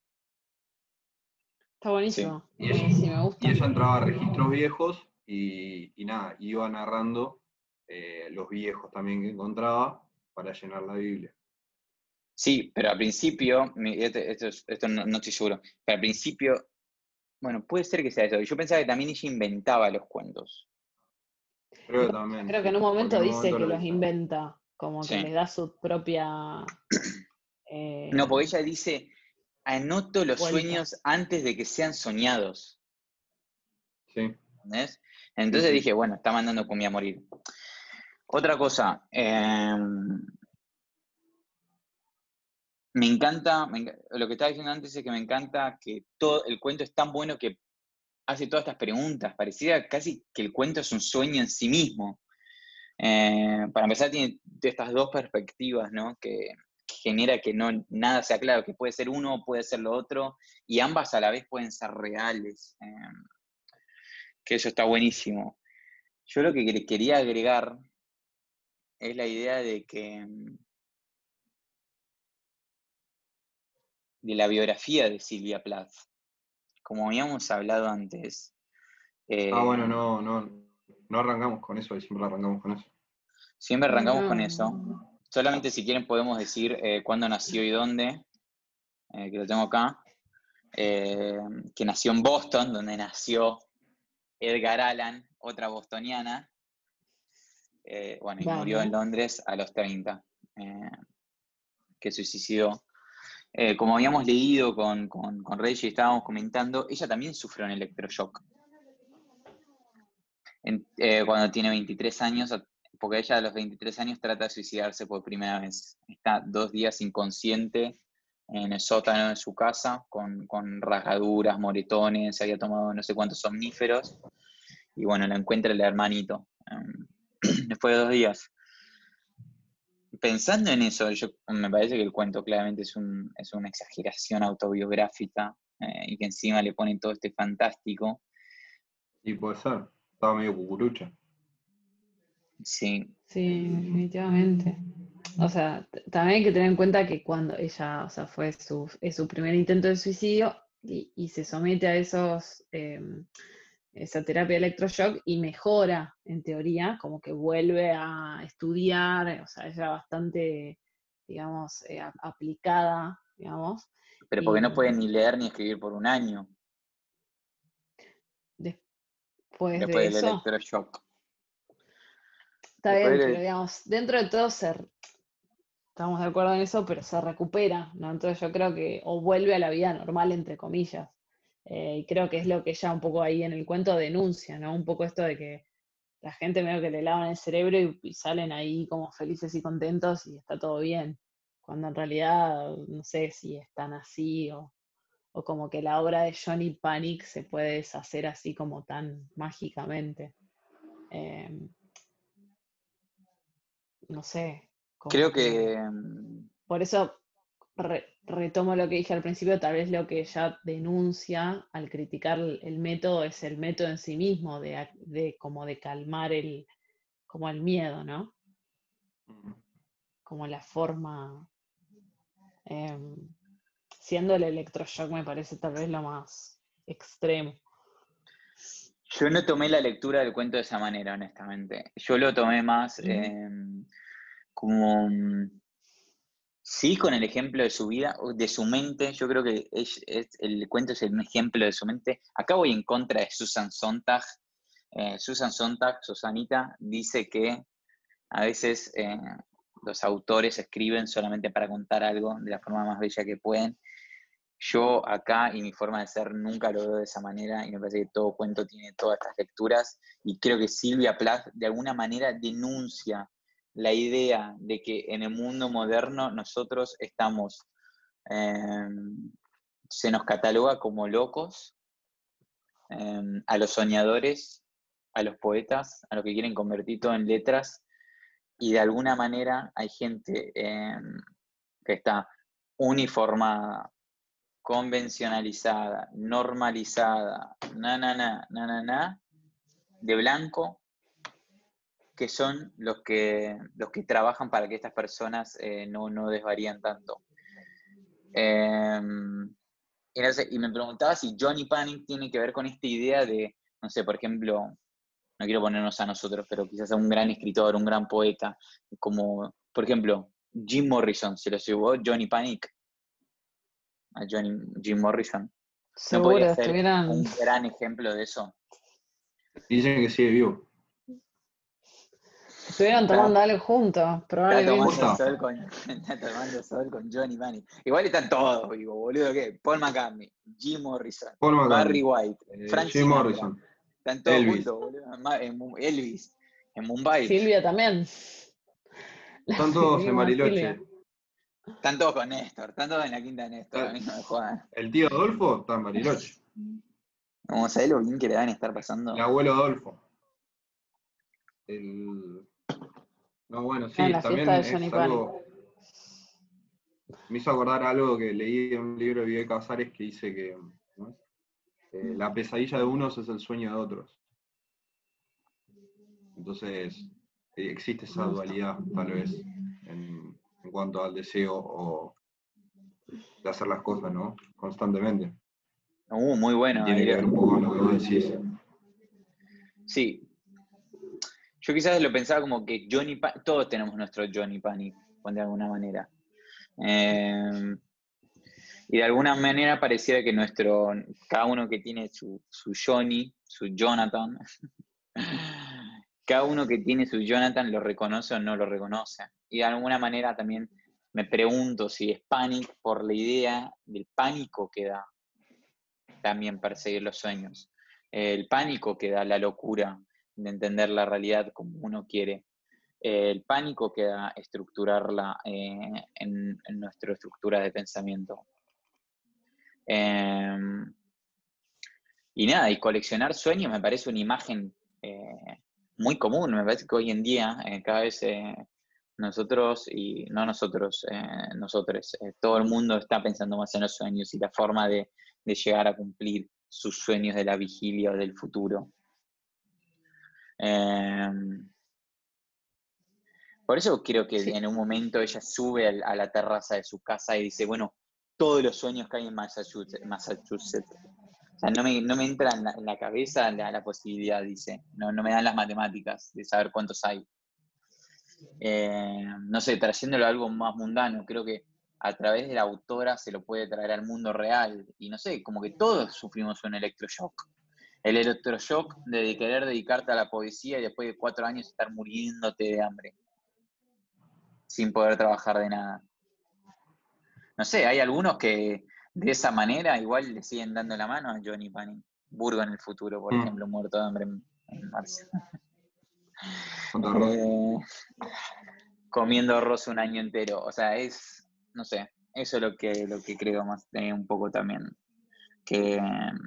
Está sí. buenísimo, Y eh, sí, me ella, y gusta. ella entraba a registros viejos y, y nada, iba narrando eh, los viejos también que encontraba, para llenar la Biblia. Sí, pero al principio, mi- esto, esto es- esto no, no estoy seguro, pero al principio, bueno, puede ser que sea eso. Yo pensaba que también ella inventaba los cuentos. Creo que Igual, también, creo que en sí, un porque momento en un dice momento que lo los dice. inventa, como que Sí. les da su propia No, porque eh, ella dice, anoto los vuelta. sueños antes de que sean soñados. Sí, ¿Entendés? sí, Entonces sí. dije, bueno, está mandando comida a morir. Otra cosa, eh, me encanta, me enca- lo que estaba diciendo antes es que me encanta que todo el cuento es tan bueno que hace todas estas preguntas. Parecía casi que el cuento es un sueño en sí mismo. Eh, para empezar, tiene estas dos perspectivas, ¿no? Que, que genera que no nada sea claro, que puede ser uno, puede ser lo otro, y ambas a la vez pueden ser reales. Eh, que eso está buenísimo. Yo lo que le quería agregar es la idea de que de la biografía de Silvia Plath. Como habíamos hablado antes, Ah, eh, bueno, no, no, no arrancamos con eso, y siempre arrancamos con eso. siempre arrancamos con No. eso. Solamente si quieren podemos decir eh, cuándo nació y dónde, eh, que lo tengo acá. Eh, que nació en Boston, donde nació Edgar Allan, otra bostoniana. Eh, bueno, y murió en Vale. Londres a los treinta, eh, que se suicidó. Eh, como habíamos leído con, con, con Reggie y estábamos comentando, ella también sufrió un electroshock. En, eh, cuando tiene veintitrés años, porque ella a los veintitrés años trata de suicidarse por primera vez. Está dos días inconsciente en el sótano de su casa, con, con rasgaduras, moretones, se había tomado no sé cuántos somníferos, y bueno, la encuentra el hermanito, um, después de dos días. Pensando en eso, yo, me parece que el cuento claramente es, un, es una exageración autobiográfica, eh, y que encima le pone todo este fantástico. Y puede ser, estaba medio cucurucha. Sí, Sí, definitivamente. O sea, t- también hay que tener en cuenta que cuando ella, o sea, fue su, es su primer intento de suicidio y, y se somete a esos, em, esa terapia de electroshock y mejora, en teoría, como que vuelve a estudiar, o sea, ella bastante, digamos, eh, a- aplicada, digamos, pero porque no puede y ni leer ni escribir por un año después después de del eso, electroshock. está Después bien, pero del, digamos, dentro de todo se, estamos de acuerdo en eso, pero se recupera, ¿no? Entonces yo creo que, o vuelve a la vida normal, entre comillas. Eh, y creo que es lo que ella un poco ahí en el cuento denuncia, ¿no? Un poco esto de que la gente medio que le lavan el cerebro y, y salen ahí como felices y contentos y está todo bien. Cuando en realidad no sé si están así o, o como que la obra de Johnny Panic se puede deshacer así como tan mágicamente. Eh, no sé, creo como que que, mm, por eso re- retomo lo que dije al principio, tal vez lo que ella denuncia al criticar el, el método es el método en sí mismo, de, ac- de como de calmar el, como el miedo, ¿no? Como la forma, em, siendo el electroshock me parece tal vez lo más extremo. yo no tomé la lectura del cuento de esa manera, honestamente. Yo lo tomé más Ujú. eh, como, mm, sí, con el ejemplo de su vida, o de su mente. Yo creo que es, es- el cuento es un ejemplo de su mente. Acá voy en contra de Susan Sontag. Eh, Susan Sontag, Susanita, dice que a veces eh, los autores escriben solamente para contar algo de la forma más bella que pueden. Yo acá y mi forma de ser nunca lo veo de esa manera y me parece que todo cuento tiene todas estas lecturas y creo que Silvia Plath de alguna manera denuncia la idea de que en el mundo moderno nosotros estamos, eh, se nos cataloga como locos, eh, a los soñadores, a los poetas, a los que quieren convertir todo en letras y de alguna manera hay gente eh, que está uniformada, convencionalizada, normalizada, na, na, na, na, na, na, de blanco, que son los que, los que trabajan para que estas personas eh, no, no desvarían tanto. Eh, y, no sé, y me preguntaba si Johnny Panic tiene que ver con esta idea de, no sé, por ejemplo, no quiero ponernos a nosotros, pero quizás a un gran escritor, un gran poeta, como por ejemplo, Jim Morrison, se lo llevó Johnny Panic a Johnny, Jim Morrison. ¿No podría Seguro, ser estuvieran, un gran ejemplo de eso? Dicen que sigue vivo. estuvieran Está, tomando algo juntos, está probablemente. tomando Posta. sol con, está tomando sol con Johnny Panic. Igual están todos vivos, boludo. ¿Qué? Paul McCartney, Jim Morrison, Paul Barry McCartney, White, eh, Frank Jim Sinatra. Morrison, Están todos Elvis. juntos, boludo. Ma- en Mu- Elvis, en Mumbai. Silvia también. La Están todos en prima Silvia. Bariloche. Están todos con Néstor, están todos en la quinta de Néstor, a mí no me jodan. El tío Adolfo está en Bariloche. Vamos a ver lo bien que le van a estar El pasando. abuelo Adolfo. El... No, bueno, Ah, en sí, la fiesta de también Johnny es Panic. algo. Me hizo acordar algo que leí en un libro de Miguel Casares que dice que ¿no es? Eh, la pesadilla de unos es el sueño de otros. Entonces, eh, existe esa Me gusta. dualidad, tal vez, en, en cuanto al deseo o de hacer las cosas, ¿no? Constantemente. Uh, muy Y bueno. tiene ahí que lo- ver un poco con lo que vos decís. Sí, yo quizás lo pensaba como que Johnny Panic, todos tenemos nuestro Johnny Panic, de alguna manera. Eh, y de alguna manera pareciera que nuestro, cada uno que tiene su, su Johnny, su Jonathan, cada uno que tiene su Jonathan lo reconoce o no lo reconoce. Y de alguna manera también me pregunto si es Panic por la idea del pánico que da también perseguir los sueños. El pánico que da la locura de entender la realidad como uno quiere. El pánico que da estructurarla eh, en, en nuestra estructura de pensamiento. Eh, y nada, y coleccionar sueños me parece una imagen eh, muy común. Me parece que hoy en día eh, cada vez eh, nosotros, y no nosotros, eh, nosotros, eh, todo el mundo está pensando más en los sueños y la forma de, de llegar a cumplir sus sueños de la vigilia o del futuro. Eh, por eso creo que Sí, en un momento ella sube al- a la terraza de su casa y dice, bueno, todos los sueños que hay en Massachusetts. Massachusetts. O sea, no me, no me entra en la, en la cabeza la, la posibilidad, dice. No, no me dan las matemáticas de saber cuántos hay. Eh, no sé, trayéndolo a algo más mundano, creo que a través de la autora se lo puede traer al mundo real. Y no sé, como que todos sufrimos un electroshock. El electroshock de querer dedicarte a la poesía y después de cuatro años estar muriéndote de hambre, sin poder trabajar de nada. No sé, hay algunos que de esa manera igual le siguen dando la mano a Johnny Panic. Burgo en el futuro, por Mm, ejemplo, muerto de hambre en, en marzo. con arroz. Eh, comiendo arroz un año entero. O sea, es, no sé, eso es lo que, lo que creo más eh, un poco también. Que,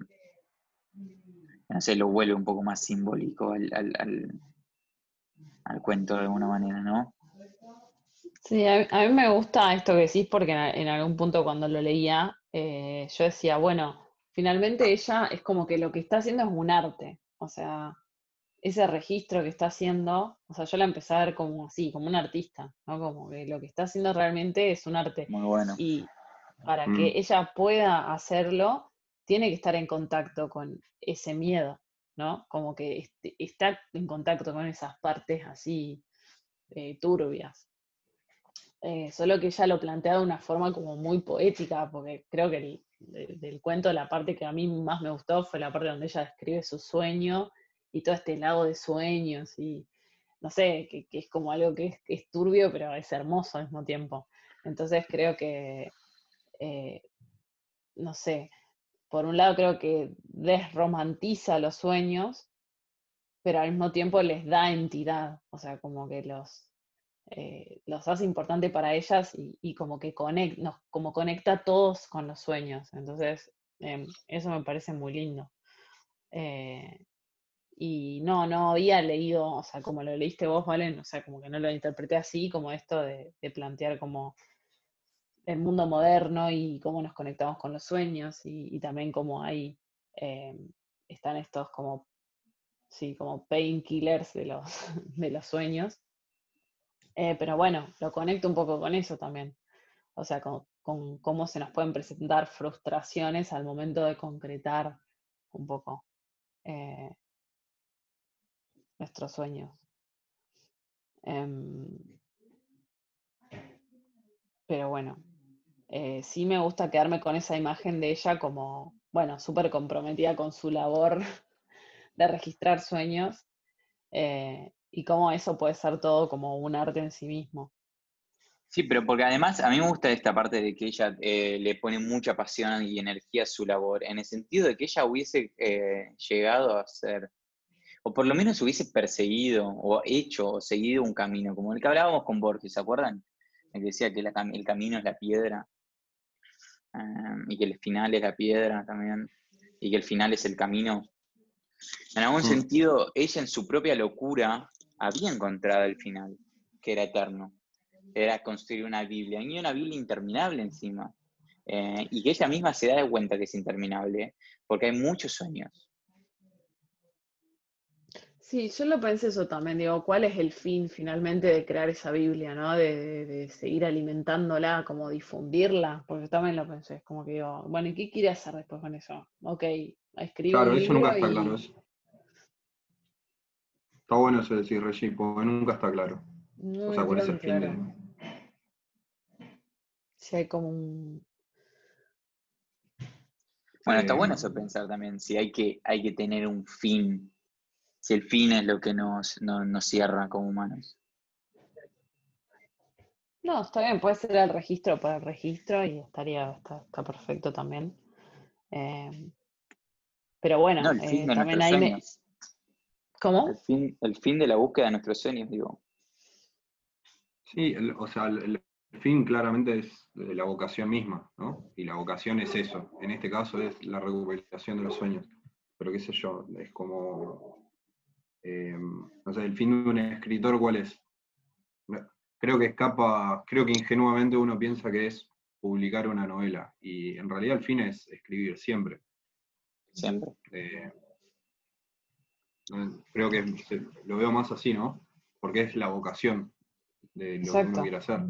no sé, lo vuelve un poco más simbólico al, al, al, al cuento de alguna manera, ¿no? sí, a, a mí me gusta esto que decís porque en, en algún punto cuando lo leía, eh, yo decía, bueno, finalmente ella es como que lo que está haciendo es un arte, o sea, ese registro que está haciendo, o sea, yo la empecé a ver como así, como un artista, ¿no? Como que lo que está haciendo realmente es un arte. Muy bueno. Y para que Mm, ella pueda hacerlo, tiene que estar en contacto con ese miedo, ¿no? Como que est- está en contacto con esas partes así eh, turbias. Eh, solo que ella lo plantea de una forma como muy poética, porque creo que el- de- del cuento la parte que a mí más me gustó fue la parte donde ella describe su sueño y todo este lago de sueños y no sé, que, que es como algo que es, que es turbio, pero es hermoso al mismo tiempo. Entonces creo que, eh, no sé, por un lado creo que desromantiza los sueños, pero al mismo tiempo les da entidad, o sea, como que los, eh, los hace importante para ellas y, y como que conect, nos, como conecta a todos con los sueños. Entonces, eh, eso me parece muy lindo. Eh, y no, no había leído, o sea, como lo leíste vos, Valen, o sea, como que no lo interpreté así, como esto de, de plantear como el mundo moderno y cómo nos conectamos con los sueños y, y también cómo hay, eh, están estos como, sí, como painkillers de los, de los sueños. Eh, pero bueno, lo conecto un poco con eso también. O sea, con, con cómo se nos pueden presentar frustraciones al momento de concretar un poco eh, nuestros sueños. Em, pero bueno, eh, sí me gusta quedarme con esa imagen de ella como, bueno, súper comprometida con su labor de registrar sueños, eh, y cómo eso puede ser todo como un arte en sí mismo. Sí, pero porque además a mí me gusta esta parte de que ella eh, le pone mucha pasión y energía a su labor, en el sentido de que ella hubiese eh, llegado a ser, o por lo menos hubiese perseguido, o hecho, o seguido un camino, como el que hablábamos con Borges, ¿se acuerdan? El que decía que la cam- el camino es la piedra, eh, y que el final es la piedra también, y que el final es el camino. En algún Mm. sentido, ella en su propia locura había encontrado el final, que era eterno. Era construir una Biblia, y una Biblia interminable encima. Eh, y que ella misma se da cuenta que es interminable, porque hay muchos sueños. Sí, yo lo pensé eso también, digo, ¿cuál es el fin finalmente de crear esa Biblia, ¿no? De, de- de seguir alimentándola, como difundirla, porque yo también lo pensé, es como que digo, bueno, ¿y qué quiere hacer después con eso? Ok, escribo Claro, un eso nunca libro está claro. y Eso. Está bueno eso de decir Reggie, porque nunca está claro. no O me sea, cuál es quedan el fin claro de. si hay como un... Bueno, está eh, bueno eso pensar también, si hay que, hay que tener un fin, si el fin es lo que nos, no- nos cierra como humanos. No, está bien, puede ser el registro para el registro y estaría, está, está perfecto también. Eh, pero No, bueno, el fin eh, de también nuestros ahí me... sueños. El ¿Cómo? fin, el fin de la búsqueda de nuestros sueños, digo. sí, el- o sea, el, el fin claramente es de la vocación misma, ¿no? Y la vocación es eso. En este caso es la recuperación de los sueños. Pero qué sé yo, es como. eh, no sé, el fin de un escritor, ¿cuál es? Creo que escapa, creo que ingenuamente uno piensa que es publicar una novela. Y en realidad el fin es escribir siempre. Siempre. Eh, no- creo que se- lo veo más así, ¿no? Porque es la vocación de lo que uno Exacto. quiere hacer.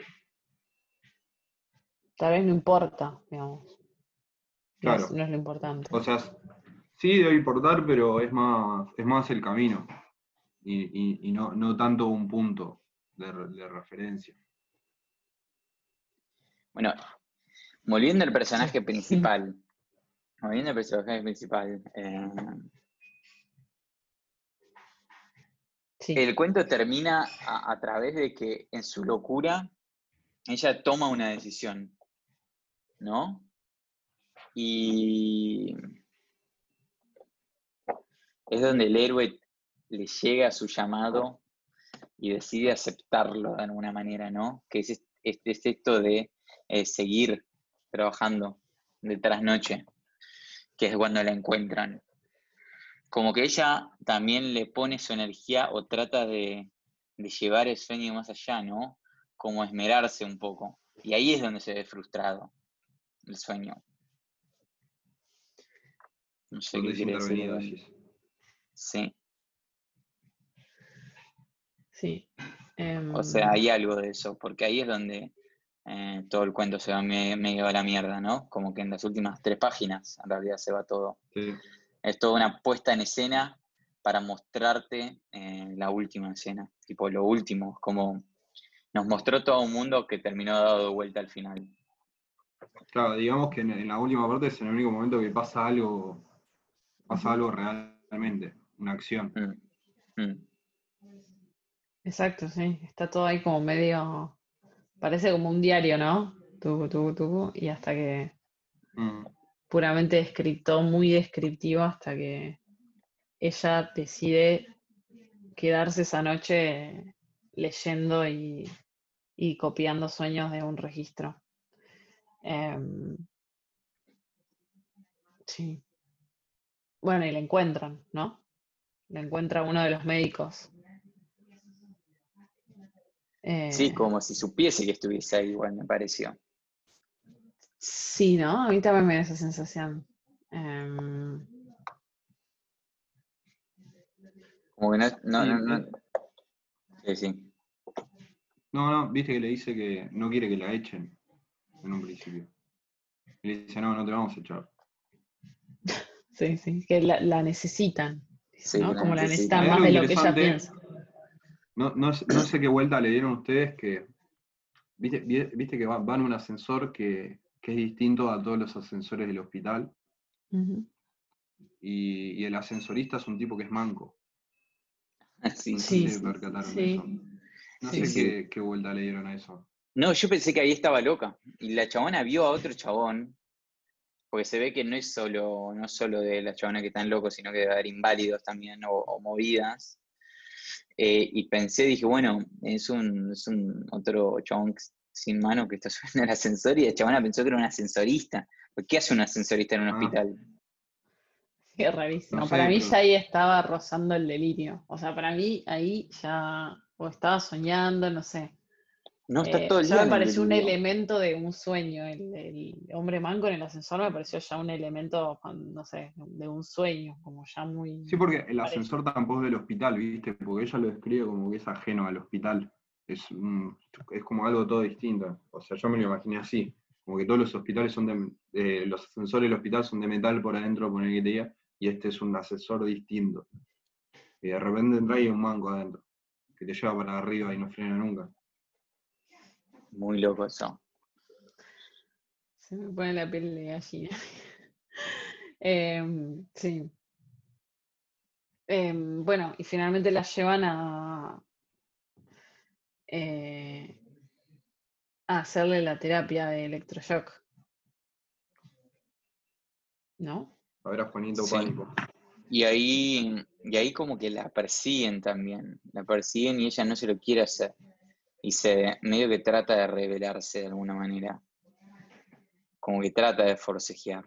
Tal vez no importa, digamos. No es, Claro. no es lo importante. O sea, sí debe importar, pero es más, es más el camino. Y, y- y no, no tanto un punto de, re- de referencia. Bueno, volviendo al Sí. personaje principal, volviendo al personaje principal, eh, Sí, el cuento termina a, a través de que en su locura ella toma una decisión, ¿no? Y es donde el héroe le llega a su llamado y decide aceptarlo de alguna manera, ¿no? Que es, es, es esto de eh, seguir trabajando de trasnoche, que es cuando la encuentran. Como que ella también le pone su energía o trata de, de llevar el sueño más allá, ¿no? Como esmerarse un poco. Y ahí es donde se ve frustrado el sueño. No sé Donde qué es quiere decir. intervenido, Eden. decís. Sí, sí. o sea, Em, hay algo de eso, porque ahí es donde eh, todo el cuento se va me- medio a la mierda, ¿no? Como que en las últimas tres páginas en realidad se va todo. Sí. Es toda una puesta en escena para mostrarte eh, la última escena, tipo lo último, como nos mostró todo un mundo que terminó dado vuelta al final. Claro, digamos que en, en la última parte es en el único momento que pasa algo, pasa algo realmente, una acción. Mm, mm. exacto, sí. Está todo ahí como medio. Parece como un diario, ¿no? Tucu, tucu, tucu, y hasta que. Mm. Puramente descripto, muy descriptivo, hasta que ella decide quedarse esa noche leyendo y, y copiando sueños de un registro. Em, sí. Bueno, y la encuentran, ¿no? La encuentra uno de los médicos. Sí, Eh, como si supiese que estuviese ahí, igual me pareció. sí, ¿no? A mí también me da esa sensación. Em, Como que no, no, Sí, no, no. eh, Sí, sí. no, no, viste que le dice que no quiere que la echen en un principio. Y le dice, no, no te vamos a echar. sí, sí, que la, la necesitan, dice, Sí, que ¿no? la Como la necesita. necesitan Hay más algo de lo que ella interesante, piensa. no, no, no sé qué vuelta le dieron ustedes, que viste, vi- viste que va, va en un ascensor que, que es distinto a todos los ascensores del hospital, Ujú. y, y el ascensorista es un tipo que es manco. Sí, No sé Sí, si se percataron de sí, eso. No sí, sé sí. qué, qué vuelta le dieron a eso. No, yo pensé que ahí estaba loca. Y la chabona vio a otro chabón, porque se ve que no es solo, no es solo de las chabonas que están locos, sino que debe haber inválidos también o, o movidas. Eh, y pensé, dije, bueno, es un, es un otro chabón sin mano que está subiendo el ascensor y la chabona pensó que era un ascensorista. ¿Qué hace un ascensorista en un Ah, hospital? sí, es no rarísimo. Para sé, mí pero ya ahí estaba rozando el delirio. O sea, para mí ahí ya, o estaba soñando, no sé. No, está Eh, todo el ya día me en el pareció un delirio. elemento de un sueño. El, el hombre manco en el ascensor me pareció ya un elemento, no sé, de un sueño, como ya sí, muy porque el parecido. ascensor tampoco es del hospital, ¿viste? Porque ella lo describe como que es ajeno al hospital. Es, un- es como algo todo distinto. O sea, yo me lo imaginé así. Como que todos los hospitales son de, eh, los ascensores del hospital son de metal por adentro, poner que te diga, y este es un ascensor distinto. Y de repente entra y hay un manco adentro, que te lleva para arriba y no frena nunca. Muy loco eso. Se me pone la piel de gallina. Em, sí. Em, bueno, y finalmente la llevan a, eh, a hacerle la terapia de electroshock, ¿no? A ver a Juanito Sí. Pánico. Y ahí, y ahí como que la persiguen también. La persiguen y ella no se lo quiere hacer. Y se medio que trata de rebelarse de alguna manera. Como que trata de forcejear.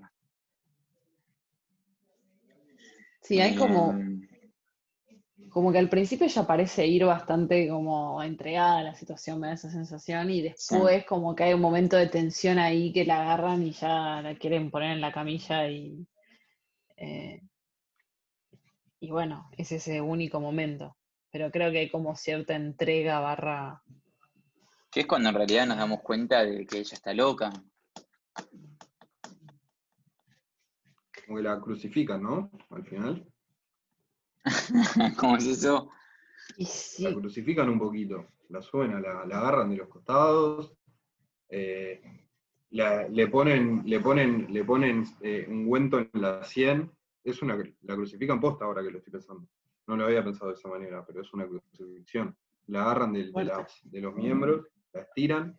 Sí, hay como, Eh, como que al principio ella parece ir bastante como entregada a la situación, me da esa sensación, y sí. después como que hay un momento de tensión ahí que la agarran y ya la quieren poner en la camilla y, eh, y bueno, es ese único momento. Pero creo que hay como cierta entrega barra. Que es cuando en realidad nos damos cuenta de que ella está loca. Como que la crucifican, ¿no? Al final. ¿Cómo es eso? Y La sí, crucifican un poquito. La suben, a la, la agarran de los costados. eh, la- le ponen, le ponen, le ponen eh, ungüento en la sien. Es una, la crucifican posta ahora que lo estoy pensando. No lo había pensado de esa manera, pero es una crucifixión. La agarran de, de, fuerte. las, de los miembros, la estiran.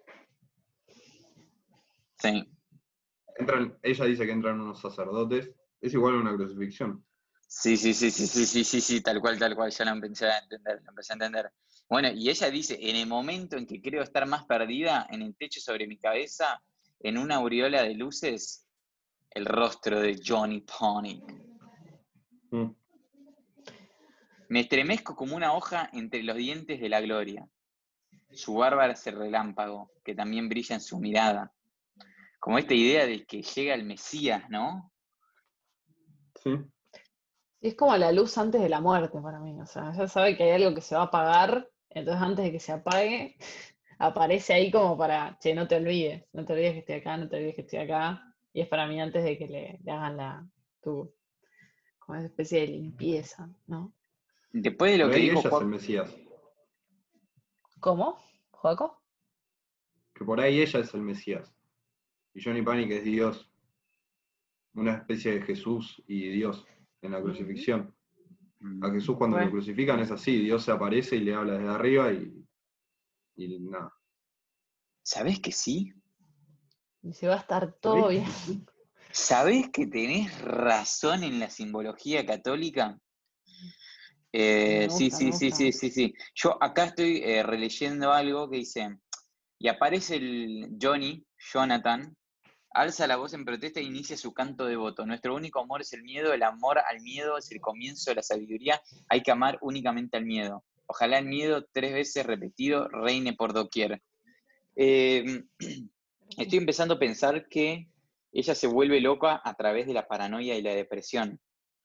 Sí. Entran, ella dice que entran unos sacerdotes. Es igual a una crucifixión. Sí, sí, sí, sí, sí, sí, sí, sí, tal cual, tal cual, ya la empecé a entender, la empecé a entender. Bueno, y ella dice, en el momento en que creo estar más perdida, en el techo sobre mi cabeza, en una aureola de luces, el rostro de Johnny Ponic. Mm. Me estremezco como una hoja entre los dientes de la gloria. Su barba es el relámpago, que también brilla en su mirada. Como esta idea de que llega el Mesías, ¿no? Sí. Y es como la luz antes de la muerte para mí. O sea, ella sabe que hay algo que se va a apagar, entonces antes de que se apague, aparece ahí como para, che, no te olvides, no te olvides que estoy acá, no te olvides que estoy acá. Y es para mí antes de que le, le hagan la, tu, como esa especie de limpieza, ¿no? Después de lo Por que ahí dijo ella es el Juan, Mesías. ¿Cómo? ¿Joaco? Que por ahí ella es el Mesías. Y Johnny Panic es Dios. Una especie de Jesús y Dios en la Ujú. crucifixión. A Jesús cuando lo Re. crucifican es así, Dios se aparece y le habla desde arriba y, y nada. ¿sabés que sí? Y se va a estar todo ¿Sabés bien. que sí? ¿Sabés que tenés razón en la simbología católica? Eh, Me sí, gusta, me sí, sí, gusta. sí, sí, sí. Yo acá estoy eh, releyendo algo que dice, y aparece el Johnny, Jonathan, alza la voz en protesta e inicia su canto devoto. Nuestro único amor es el miedo, el amor al miedo es el comienzo de la sabiduría, hay que amar únicamente al miedo. Ojalá el miedo, tres veces repetido, reine por doquier. Eh, estoy empezando a pensar que ella se vuelve loca a través de la paranoia y la depresión.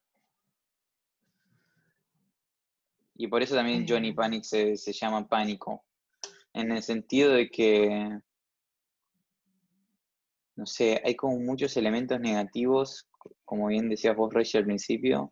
Y por eso también Johnny Eh, Panic se, se llama pánico. En el sentido de que, no sé, hay como muchos elementos negativos, como bien decías vos, Reggie, al principio.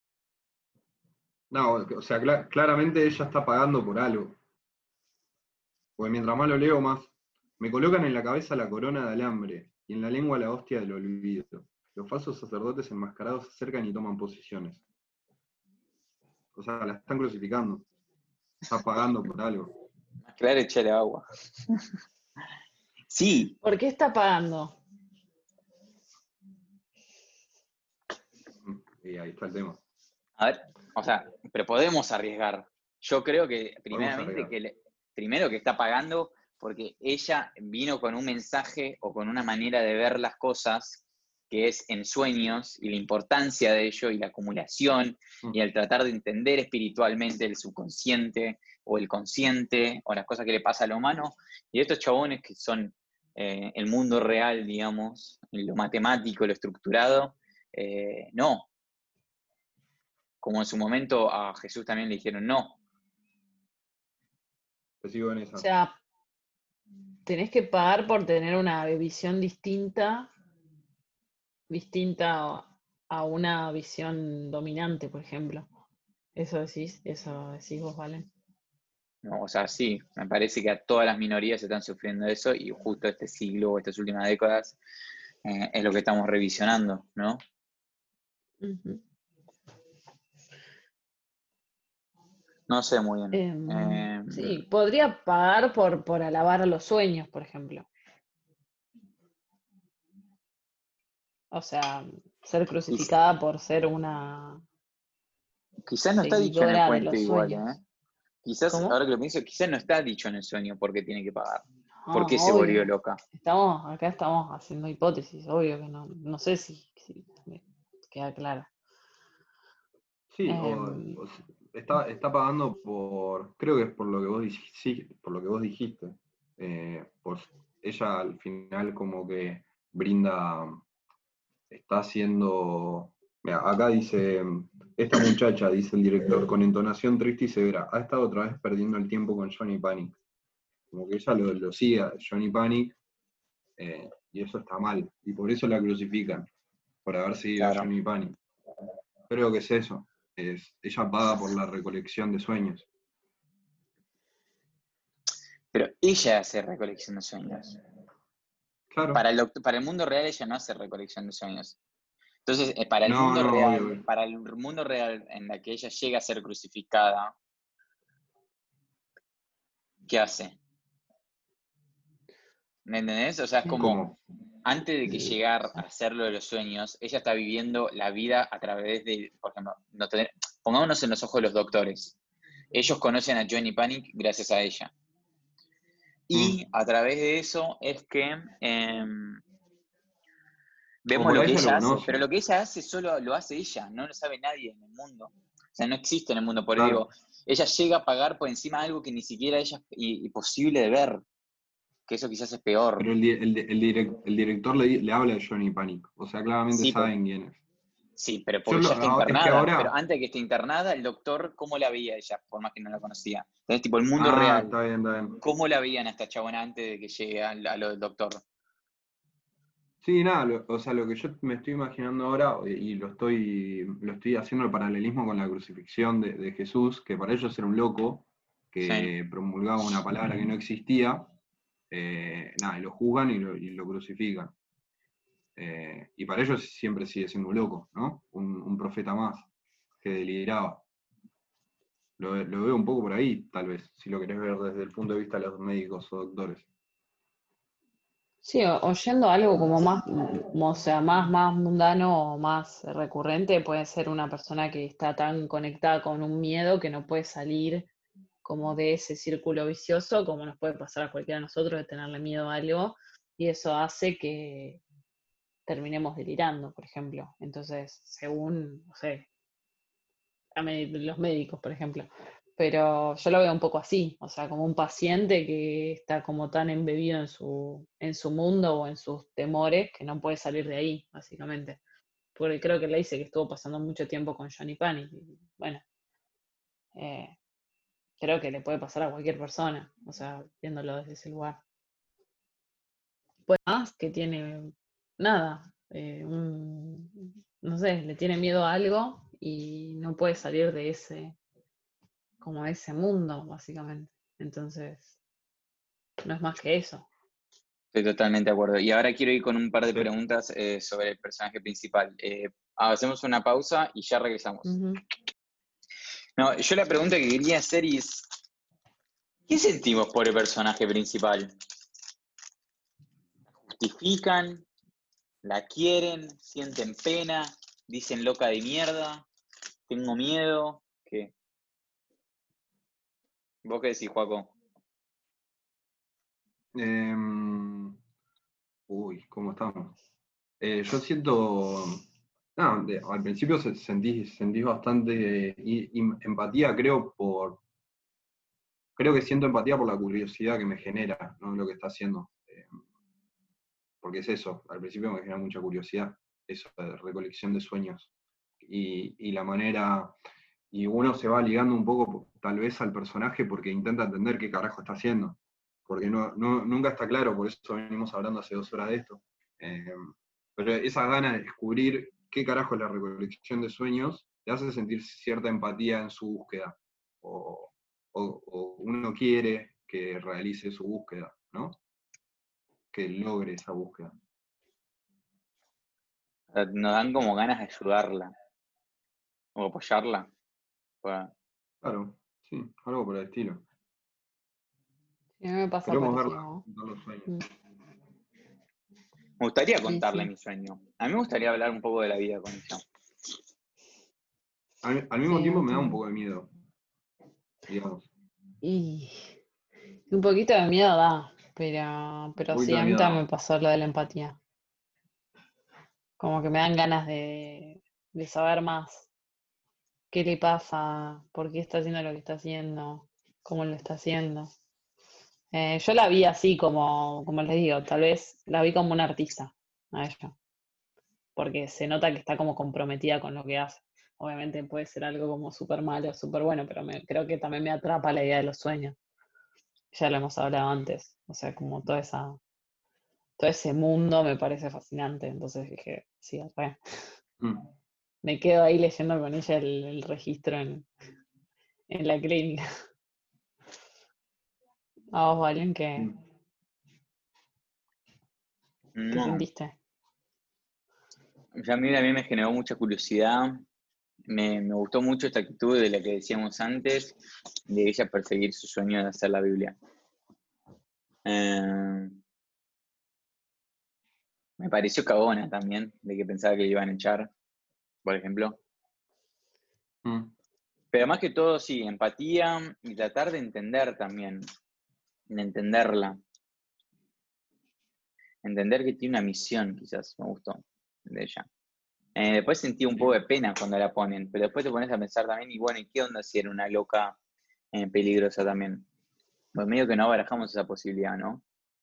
No, o sea, cla- claramente ella está pagando por algo. Porque mientras más lo leo, más me colocan en la cabeza la corona de alambre y en la lengua la hostia del olvido. Los falsos sacerdotes enmascarados se acercan y toman posiciones. O sea, la están crucificando. Está pagando por algo. Más claro, echarle agua. Sí. ¿Por qué está pagando? Y ahí está el tema. A ver, o sea, pero podemos arriesgar. Yo creo que, Podemos primeramente, arriesgar. que le- primero que está pagando porque ella vino con un mensaje o con una manera de ver las cosas que es en sueños y la importancia de ello y la acumulación y el tratar de entender espiritualmente el subconsciente o el consciente o las cosas que le pasa a lo humano. Y estos chabones que son eh, el mundo real, digamos, lo matemático, lo estructurado, eh, no. Como en su momento a Jesús también le dijeron no. Te sigo en esa. O sea, tenés que pagar por tener una visión distinta, distinta a- a una visión dominante, por ejemplo. Eso decís, eso decís vos, Valen. No, o sea, sí, me parece que a todas las minorías están sufriendo eso y justo este siglo o estas últimas décadas eh, es lo que estamos revisionando, ¿no? Ujú. No sé muy bien. Em, Eh, sí, podría pagar por, por alabar a los sueños, por ejemplo. O sea, ser crucificada por ser una quizás no está dicho en el seguidora de cuento los igual, ¿eh? sueños. Quizás, ¿Cómo? ahora que lo pienso, quizás no está dicho en el sueño porque tiene que pagar. ¿Por qué No, se volvió obvio. loca? Estamos, acá estamos haciendo hipótesis, obvio que no, no sé si, si me queda claro. Sí, o, Em, o s- está, está pagando por, creo que es por lo que vos dijiste, por lo que vos dijiste. Eh, por, ella al final como que brinda, está haciendo, mira, acá dice, esta muchacha, dice el director, con entonación triste y severa, ha estado otra vez perdiendo el tiempo con Johnny Panic. Como que ella lo, lo sigue a Johnny Panic, eh, y eso está mal, y por eso la crucifican, por haber seguido a Claro. Johnny Panic. Creo que es eso, es, ella paga por la recolección de sueños. Pero ella hace recolección de sueños. Claro. Para el, doct- para el mundo real ella no hace recolección de sueños. Entonces, eh, para el No, mundo no, real, obvio. para el mundo real en la que ella llega a ser crucificada, ¿qué hace? ¿Me entendés? O sea, es eh, como, ¿Cómo? antes de que llegar a hacer lo de los sueños, ella está viviendo la vida a través de, por ejemplo, no tener, pongámonos en los ojos de los doctores. Ellos conocen a Johnny Panic gracias a ella. Y Mm. a través de eso es que eh, O vemos por lo ahí que ella lo ella hace, conoce. pero lo que ella hace solo lo hace ella, no lo sabe nadie en el mundo. O sea, no existe en el mundo. Por eso Claro. digo, ella llega a pagar por encima de algo que ni siquiera ella es y, y posible de ver, que eso quizás es peor. Pero el, di- el, di- el, direc- el director le, di- le habla de Johnny Panic. O sea, claramente Sí, pero, saben quién es. sí, pero Yo porque lo, ya está ah, es que internada. Pero ahora. antes de que esté internada, el doctor, ¿cómo la veía ella? Por más que no la conocía. Entonces, tipo, el mundo Ah, real, está bien, está bien. ¿cómo la veían a esta chabona antes de que llegue a, a lo del doctor? Sí, nada, lo- o sea, lo que yo me estoy imaginando ahora, eh, y lo estoy, lo estoy haciendo el paralelismo con la crucifixión de, de Jesús, que para ellos era un loco, Sí. que promulgaba una palabra que no existía, eh, nada, y lo juzgan y lo, y lo crucifican. Eh, y para ellos siempre sigue siendo un loco, ¿no? Un, un profeta más, que deliraba. Lo, lo veo un poco por ahí, tal vez, si lo querés ver desde el punto de vista de los médicos o doctores. sí, o- oyendo algo como más, mm, o sea, más, más mundano o más recurrente, puede ser una persona que está tan conectada con un miedo que no puede salir como de ese círculo vicioso, como nos puede pasar a cualquiera de nosotros de tenerle miedo a algo, y eso hace que terminemos delirando, por ejemplo. Entonces, según, no sé, a me- los médicos, por ejemplo. Pero yo lo veo un poco así, o sea, como un paciente que está como tan embebido en su, en su mundo o en sus temores que no puede salir de ahí, básicamente. Porque creo que le dice que estuvo pasando mucho tiempo con Johnny Panic. Y bueno, eh, creo que le puede pasar a cualquier persona, o sea, viéndolo desde ese lugar. Pues más que tiene nada, eh, un- no sé, le tiene miedo a algo y no puede salir de ese, como de ese mundo, básicamente. Entonces, no es más que eso. Estoy totalmente de acuerdo. Y ahora quiero ir con un par de Sí. preguntas eh, sobre el personaje principal. Eh, hacemos una pausa y ya regresamos. Ujú. No, yo la pregunta que quería hacer es, ¿qué sentimos por el personaje principal? ¿Justifican? ¿La quieren? ¿Sienten pena? ¿Dicen loca de mierda? ¿Tengo miedo? ¿Qué? ¿Vos qué decís, Joaco? Em, uy, ¿cómo estamos? Eh, yo siento, no, de- al principio se- sentí, sentí bastante eh, i- im- empatía, creo, por, creo que siento empatía por la curiosidad que me genera, ¿no? Lo que está haciendo. Eh, porque es eso, al principio me genera mucha curiosidad, eso de recolección de sueños. Y, y la manera, y uno se va ligando un poco tal vez al personaje porque intenta entender qué carajo está haciendo. Porque no, no- nunca está claro, por eso venimos hablando hace dos horas de esto. Eh, pero esas ganas de descubrir qué carajo es la recolección de sueños te hace sentir cierta empatía en su búsqueda. O, o- o uno quiere que realice su búsqueda, ¿no? Que logre esa búsqueda. O sea, nos dan como ganas de ayudarla o apoyarla. Bueno, Claro, sí, algo por el estilo. Sí, a mí me pasa Queremos parecido, verla ¿no? juntar los sueños. Mm. me gustaría Sí, contarle sí, mi sueño. A mí me gustaría hablar un poco de la vida con ella. Al, al mismo sí, a tiempo mí me da un también. poco de miedo, digamos. Y un poquito de miedo da, pero, Un pero sí, poquito de a mí miedo también me da. pasó lo de la empatía. Como que me dan ganas de, de saber más qué le pasa, por qué está haciendo lo que está haciendo, cómo lo está haciendo. Eh, yo la vi así como, como les digo, tal vez la vi como una artista a ella, porque se nota que está como comprometida con lo que hace. Obviamente puede ser algo como súper malo, súper bueno, pero me, creo que también me atrapa la idea de los sueños. Ya lo hemos hablado antes, o sea, como toda esa, todo ese mundo me parece fascinante, entonces dije, sí, re. Mm. Me quedo ahí leyendo con ella el, el registro en, en la clínica. A vos, Valen, ¿qué, Mm. qué No, sentiste? ya a mí también me generó mucha curiosidad. Me, me gustó mucho esta actitud de la que decíamos antes, de ella perseguir su sueño de hacer la Biblia. Eh, me pareció cagona también, de que pensaba que le iban a echar, por ejemplo. Mm. Pero más que todo, sí, empatía y tratar de entender también, de entenderla. Entender que tiene una misión, quizás, me gustó, de ella. Eh, después sentí un Sí. poco de pena cuando la ponen, pero después te pones a pensar también, y bueno, ¿y qué onda si era una loca eh, peligrosa también? Pues medio que no barajamos esa posibilidad, ¿no?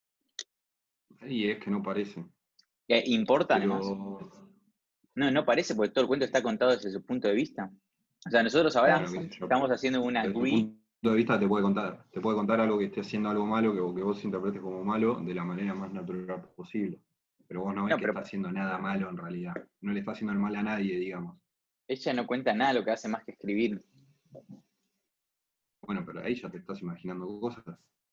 Y es que no parece. Eh, ¿Importa además? Pero, No, no parece, porque todo el cuento está contado desde su punto de vista. O sea, nosotros Claro, ahora bueno, qué sé yo, estamos pero haciendo una desde tu agree. punto de vista te puede contar, te puede contar algo que esté haciendo algo malo, que, que vos interpretes como malo, de la manera más natural posible. Pero vos no ves No, que está pero haciendo nada malo en realidad. No le está haciendo el mal a nadie, digamos. ella no cuenta nada, lo que hace más que escribir. Bueno, pero ahí ya te estás imaginando cosas.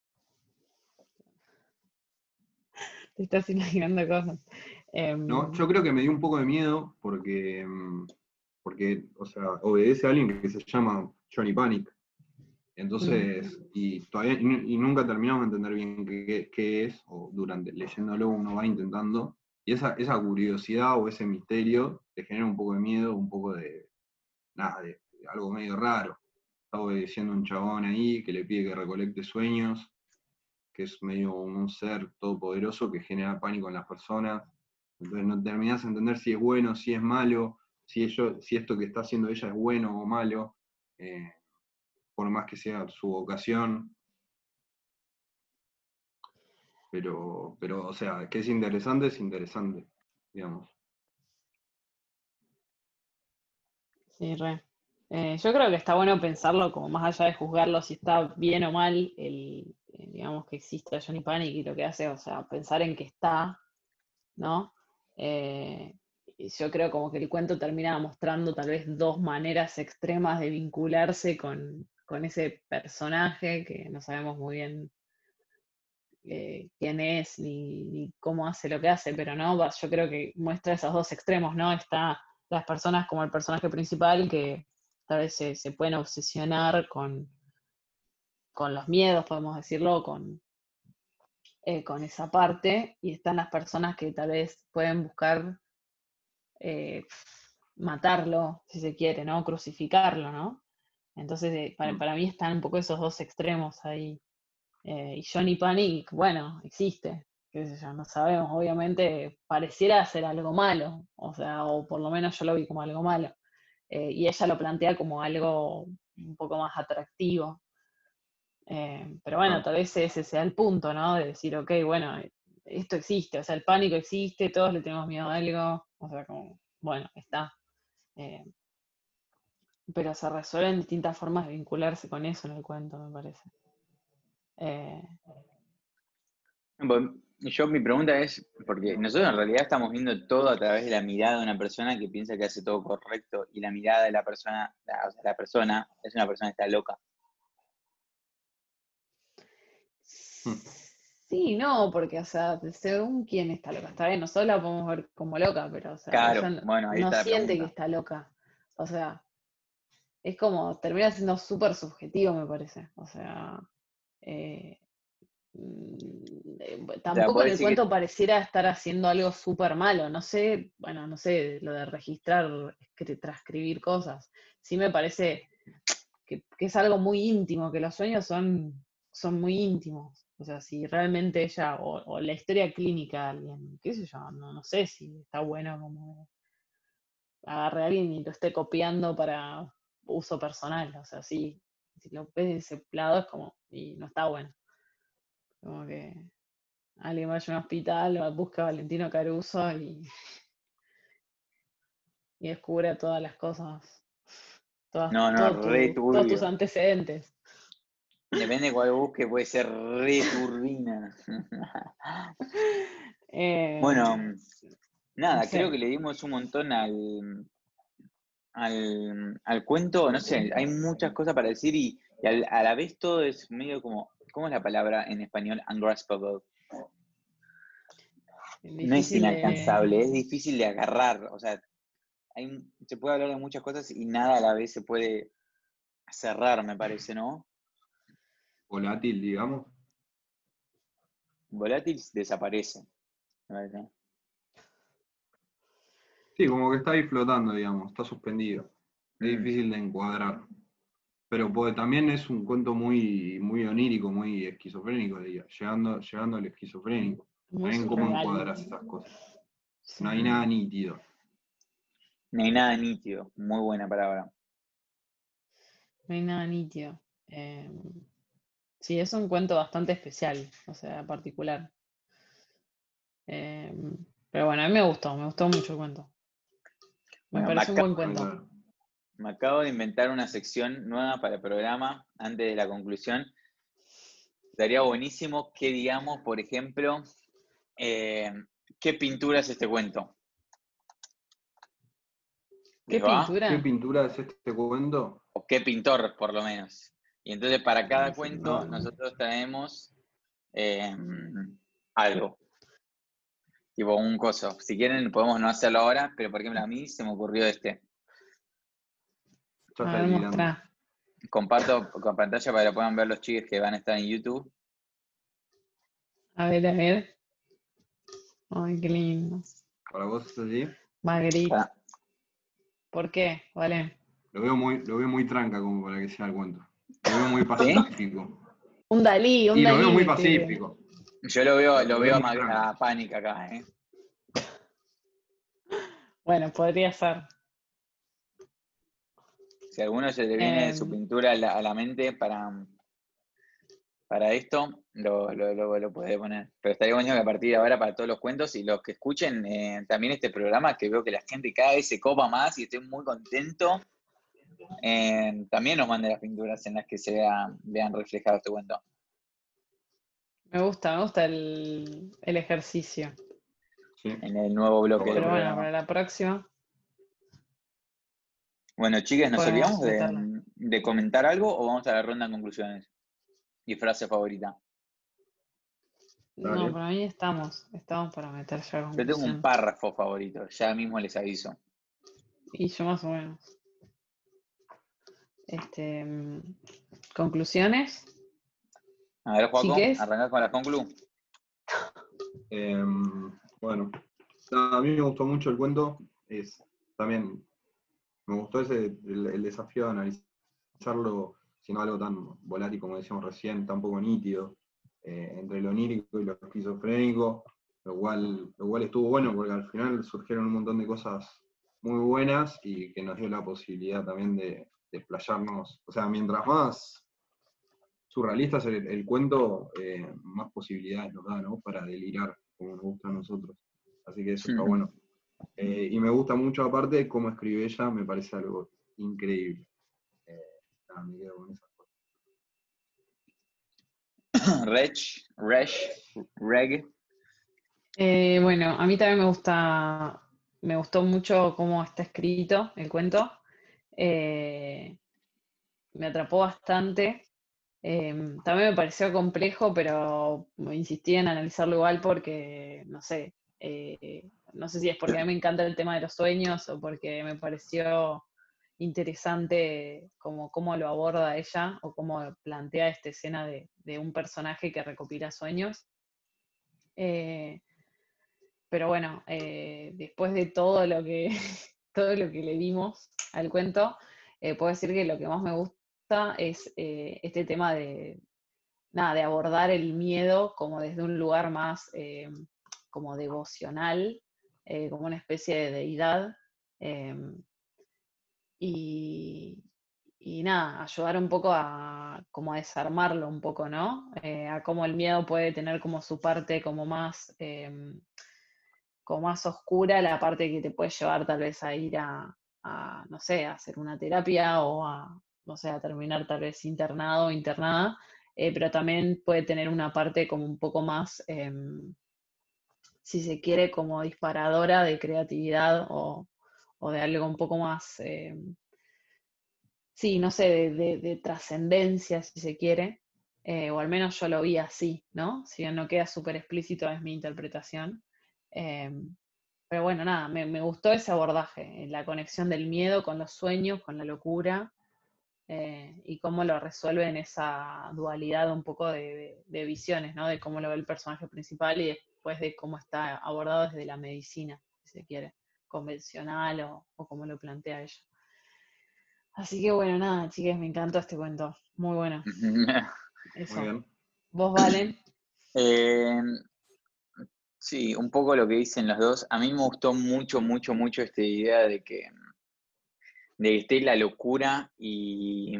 te estás imaginando cosas. No, Em, yo creo que me dio un poco de miedo porque, mm, porque, o sea, obedece a alguien que se llama Johnny Panic. mm, Entonces, y todavía y, y nunca terminamos de entender bien qué, qué es, o durante leyéndolo uno va intentando, y esa, esa curiosidad o ese misterio te genera un poco de miedo, un poco de, nada, de, de algo medio raro. Está obedeciendo a un chabón ahí que le pide que recolecte sueños, que es medio un ser todopoderoso que genera pánico en las personas. Entonces no terminás de entender si es bueno, si es malo, si, ello, si esto que está haciendo ella es bueno o malo. Eh, por más que sea su vocación, pero, pero, o sea, que es interesante, es interesante, digamos. sí, re. Eh, yo creo que está bueno pensarlo como más allá de juzgarlo si está bien o mal, el, eh, digamos que exista Johnny Panic y lo que hace, o sea, pensar en que está, ¿no? Eh, y yo creo como que el cuento termina mostrando tal vez dos maneras extremas de vincularse con, con ese personaje que no sabemos muy bien eh, quién es ni, ni cómo hace lo que hace, pero no, va- yo creo que muestra esos dos extremos, ¿no? Está las personas como el personaje principal que tal vez se, se pueden obsesionar con, con los miedos, podemos decirlo, con, eh, con esa parte, y están las personas que tal vez pueden buscar eh, matarlo, si se quiere, ¿no? Crucificarlo, ¿no? Entonces, eh, para, Mm. para mí están un poco esos dos extremos ahí. Eh, y Johnny Panic, bueno, existe, qué sé yo, no sabemos, obviamente pareciera ser algo malo, o sea, o por lo menos yo lo vi como algo malo. Eh, y ella lo plantea como algo un poco más atractivo. Eh, pero bueno, Claro. tal vez ese sea el punto, ¿no? De decir, ok, bueno, esto existe, o sea, el pánico existe, todos le tenemos miedo a algo, o sea, como, bueno, está. Eh, pero se resuelven distintas formas de vincularse con eso en el cuento, me parece. Eh, Bueno, yo mi pregunta es, porque nosotros en realidad estamos viendo todo a través de la mirada de una persona que piensa que hace todo correcto y la mirada de la persona, la, o sea, la persona es una persona que está loca. Mm. sí, no, porque, o sea, según quién está loca, está bien, nosotros la podemos ver como loca, pero, o sea, ella Claro, no, bueno, ahí no está la siente que pregunta. está loca. O sea, es como, termina siendo súper subjetivo, me parece. O sea, eh, mm, eh, O sea, tampoco puedo en el decir que, cuento pareciera estar haciendo algo súper malo. No sé, bueno, no sé, lo de registrar, escri- transcribir cosas. Sí me parece que, que es algo muy íntimo, que los sueños son, son muy íntimos. O sea, si realmente ella, o, o la historia clínica de alguien, qué sé yo, no, no sé si está bueno como agarre a alguien y lo esté copiando para uso personal. O sea, sí, si lo ves de ese lado es como, y no está bueno. Como que alguien vaya a un hospital, busca a Valentino Caruso y, y descubre todas las cosas, todas, no, no, todo re tu, todos tus turbio. antecedentes. Depende de cuál busque, puede ser re turbina. Bueno, Eh, no nada, creo sé. que le dimos un montón al, al, al cuento, no sé, hay muchas cosas para decir y, y al- a la vez todo es medio como, ¿cómo es la palabra en español? Ungraspable. No es Difícil inalcanzable, es de... difícil de agarrar. O sea, hay, se puede hablar de muchas cosas y nada a la vez se puede cerrar, me parece, ¿no? Volátil, digamos. Volátil desaparece, me parece. Sí, como que está ahí flotando, digamos, está suspendido. Es Mm. difícil de encuadrar. Pero puede- también es un cuento muy, muy onírico, muy esquizofrénico, diría, llegando, llegando al esquizofrénico. muy También cómo surreal. encuadras esas cosas. Sí, No hay nada nítido. No hay nada nítido, muy buena palabra. no hay nada nítido. Eh, sí, es un cuento bastante especial, o sea, particular. Eh, pero bueno, a mí me gustó, me gustó mucho el cuento. Me Bueno, me pareció un acabo, buen Muy cuento. claro. me acabo de inventar una sección nueva para el programa antes de la conclusión. Estaría buenísimo que digamos, por ejemplo, eh, ¿qué pintura es este cuento? ¿Qué ¿Les va? ¿Qué pintura? pintura es este cuento? ¿O qué pintor, por lo menos? Y entonces para cada cuento No, nosotros traemos eh, algo, tipo un coso. Si quieren podemos no hacerlo ahora, pero por ejemplo a mí se me ocurrió este. ya A está ver, tirando. mostrá. Comparto con pantalla para que puedan ver los chicos que van a estar en YouTube. A ver, a ver. Ay, qué lindo. Para vos es así. Magritte. Ah, ¿Por qué? Vale. Lo veo muy, lo veo muy tranca como para que sea el cuento. Lo veo muy ¿sí? pacífico. Un Dalí, un Y lo veo Dalí muy metele. pacífico. Yo lo veo, Lo lo veo veo a, muy Ma- tranca. a Panic acá, ¿eh? Bueno, podría ser. Si a alguno se le viene de su Em, pintura a la, a la mente para, para esto, lo, lo, lo, lo puede poner. Pero estaría bueno que a partir de ahora, para todos los cuentos y los que escuchen eh, también este programa, que veo que la gente cada vez se copa más y estoy muy contento, eh, también nos mande las pinturas en las que se vea, vean reflejado este cuento. me gusta, me gusta el, el ejercicio. Sí, En el nuevo está bloque del Pero bueno. bueno, programa. para la próxima Bueno, chicas, ¿nos olvidamos podemos de, meterla. de comentar algo o vamos a la ronda de conclusiones y frase favorita? No, Dale. para mí estamos, estamos para meter ya Yo tengo un conclusión. párrafo favorito, ya mismo les aviso. Y yo más o menos. Este, mm, conclusiones, A ver, Joaco, chiques. arrancás con la conclu. Eh, bueno, nada, a mí me gustó mucho el cuento. Es también me gustó ese el, el desafío de analizarlo, sino algo tan volátil como decíamos recién, tan poco nítido, eh, entre lo onírico y lo esquizofrénico, lo cual, lo cual estuvo bueno porque al final surgieron un montón de cosas muy buenas y que nos dio la posibilidad también de, de explayarnos. O sea, mientras más surrealista es el, el cuento, eh, más posibilidades nos da, ¿no? Para delirar, como nos gusta a nosotros. Así que eso está bueno. Eh, y me gusta mucho aparte cómo escribe ella, me parece algo increíble. Eh, nada, me quedo con esas cosas. Reg, Reg, Reg. Eh, bueno, a mí también me gusta, me gustó mucho cómo está escrito el cuento. Eh, me atrapó bastante. Eh, también me pareció complejo, pero insistí en analizarlo igual porque, no sé, eh, no sé si es porque a mí me encanta el tema de los sueños o porque me pareció interesante como cómo lo aborda ella o cómo plantea esta escena de, de un personaje que recopila sueños. Eh, pero bueno, eh, después de todo lo que, todo lo que le dimos al cuento, eh, puedo decir que lo que más me gusta es eh, este tema de, nada, de abordar el miedo como desde un lugar más eh, como devocional, eh, como una especie de deidad. eh, y, y nada, ayudar un poco a como a desarmarlo un poco, ¿no? Eh, a cómo el miedo puede tener como su parte como más, eh, como más oscura, la parte que te puede llevar tal vez a ir a, a, no sé, a hacer una terapia o a, no sé, a terminar tal vez internado o internada, eh, pero también puede tener una parte como un poco más, eh, si se quiere, como disparadora de creatividad o, o de algo un poco más, eh, sí, no sé, de, de- de trascendencia, si se quiere, eh, o al menos yo lo vi así, ¿no? Si bien no queda súper explícito, es mi interpretación. Eh, pero bueno, nada, me, me gustó ese abordaje, eh, la conexión del miedo con los sueños, con la locura, eh, y cómo lo resuelve en esa dualidad un poco de, de- de visiones, ¿no? De cómo lo ve el personaje principal y después de cómo está abordado desde la medicina, si se quiere, convencional o, o como lo plantea ella. Así que bueno, nada, chicas, me encantó este cuento. Muy bueno. Muy Eso. bien. ¿Vos, Valen? Eh, sí, un poco lo que dicen los dos. A mí me gustó mucho, mucho, mucho esta idea de que, de que esté la locura y,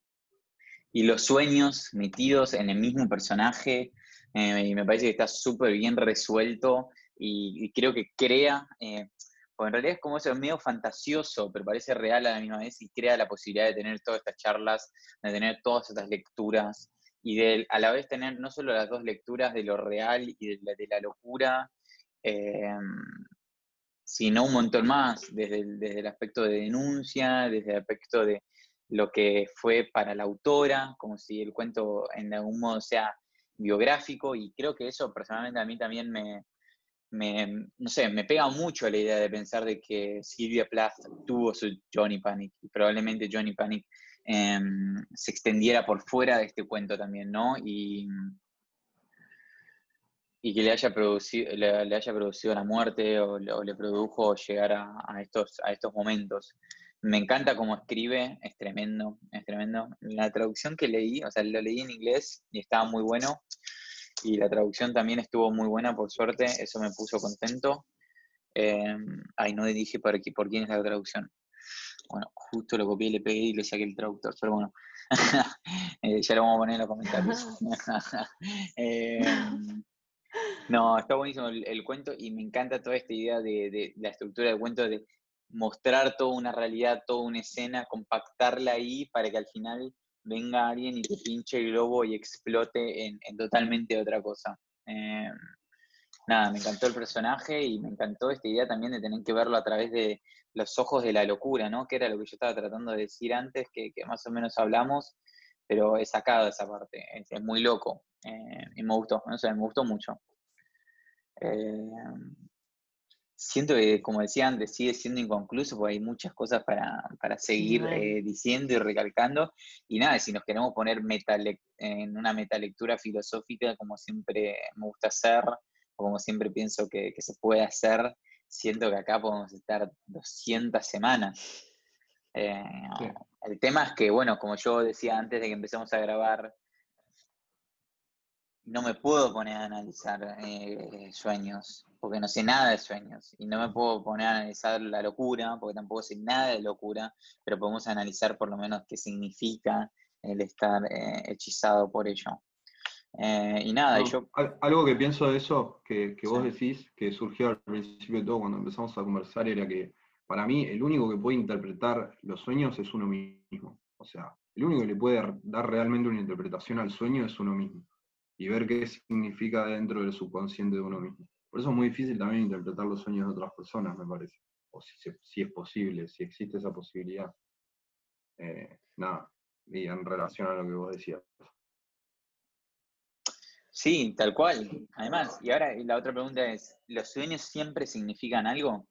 y los sueños metidos en el mismo personaje. Eh, y me parece que está súper bien resuelto y, y creo que crea, eh, porque en realidad es como eso, es medio fantasioso, pero parece real a la misma vez y crea la posibilidad de tener todas estas charlas, de tener todas estas lecturas y de a la vez tener no solo las dos lecturas de lo real y de la, de la locura, eh, sino un montón más, desde el, desde el aspecto de denuncia, desde el aspecto de lo que fue para la autora, como si el cuento en algún modo sea biográfico, y creo que eso personalmente a mí también me, me no sé, me pega mucho la idea de pensar de que Sylvia Plath tuvo su Johnny Panic, y probablemente Johnny Panic eh, se extendiera por fuera de este cuento también, ¿no? Y, y que le haya producido, le, le haya producido la muerte o, le- o le produjo llegar a, a estos, a estos momentos. Me encanta cómo escribe, es tremendo, es tremendo. La traducción que leí, o sea, lo leí en inglés y estaba muy bueno, y la traducción también estuvo muy buena, por suerte, eso me puso contento. Eh, ay, no dije por, aquí, por quién es la traducción. Bueno, justo lo copié, le pegué y le saqué el traductor, pero bueno, Eh, ya lo vamos a poner en los comentarios. Eh, no, está buenísimo el, el cuento y me encanta toda esta idea de, de la estructura del cuento, de mostrar toda una realidad, toda una escena, compactarla ahí para que al final venga alguien y te pinche el globo y explote en, en totalmente otra cosa. Eh, nada, me encantó el personaje y me encantó esta idea también de tener que verlo a través de los ojos de la locura, ¿no? Que era lo que yo estaba tratando de decir antes, que, que más o menos hablamos, pero he sacado esa parte, es, es muy loco, eh, y me gustó, no sé, me gustó mucho. Eh, siento que, como decía antes, sigue siendo inconcluso porque hay muchas cosas para, para seguir Mal. eh, diciendo y recalcando. Y nada, si nos queremos poner metale- en una metalectura filosófica, como siempre me gusta hacer, o como siempre pienso que, que se puede hacer, siento que acá podemos estar doscientas semanas. Eh, Sí. el tema es que, bueno, como yo decía antes de que empecemos a grabar, no me puedo poner a analizar eh, sueños, porque no sé nada de sueños. Y no me puedo poner a analizar la locura, porque tampoco sé nada de locura, pero podemos analizar por lo menos qué significa el estar eh, hechizado por ello. Eh, y nada, y No, yo... al- algo que pienso de eso, que, que vos Sí. decís, que surgió al principio de todo cuando empezamos a conversar, era que para mí el único que puede interpretar los sueños es uno mismo. O sea, el único que le puede dar realmente una interpretación al sueño es uno mismo. Y ver qué significa dentro del subconsciente de uno mismo. Por eso es muy difícil también interpretar los sueños de otras personas, me parece. O si, se- si es posible, si existe esa posibilidad. Eh, nada, y en relación a lo que vos decías. Sí, tal cual. Además, y ahora la otra pregunta es, ¿los sueños siempre significan algo?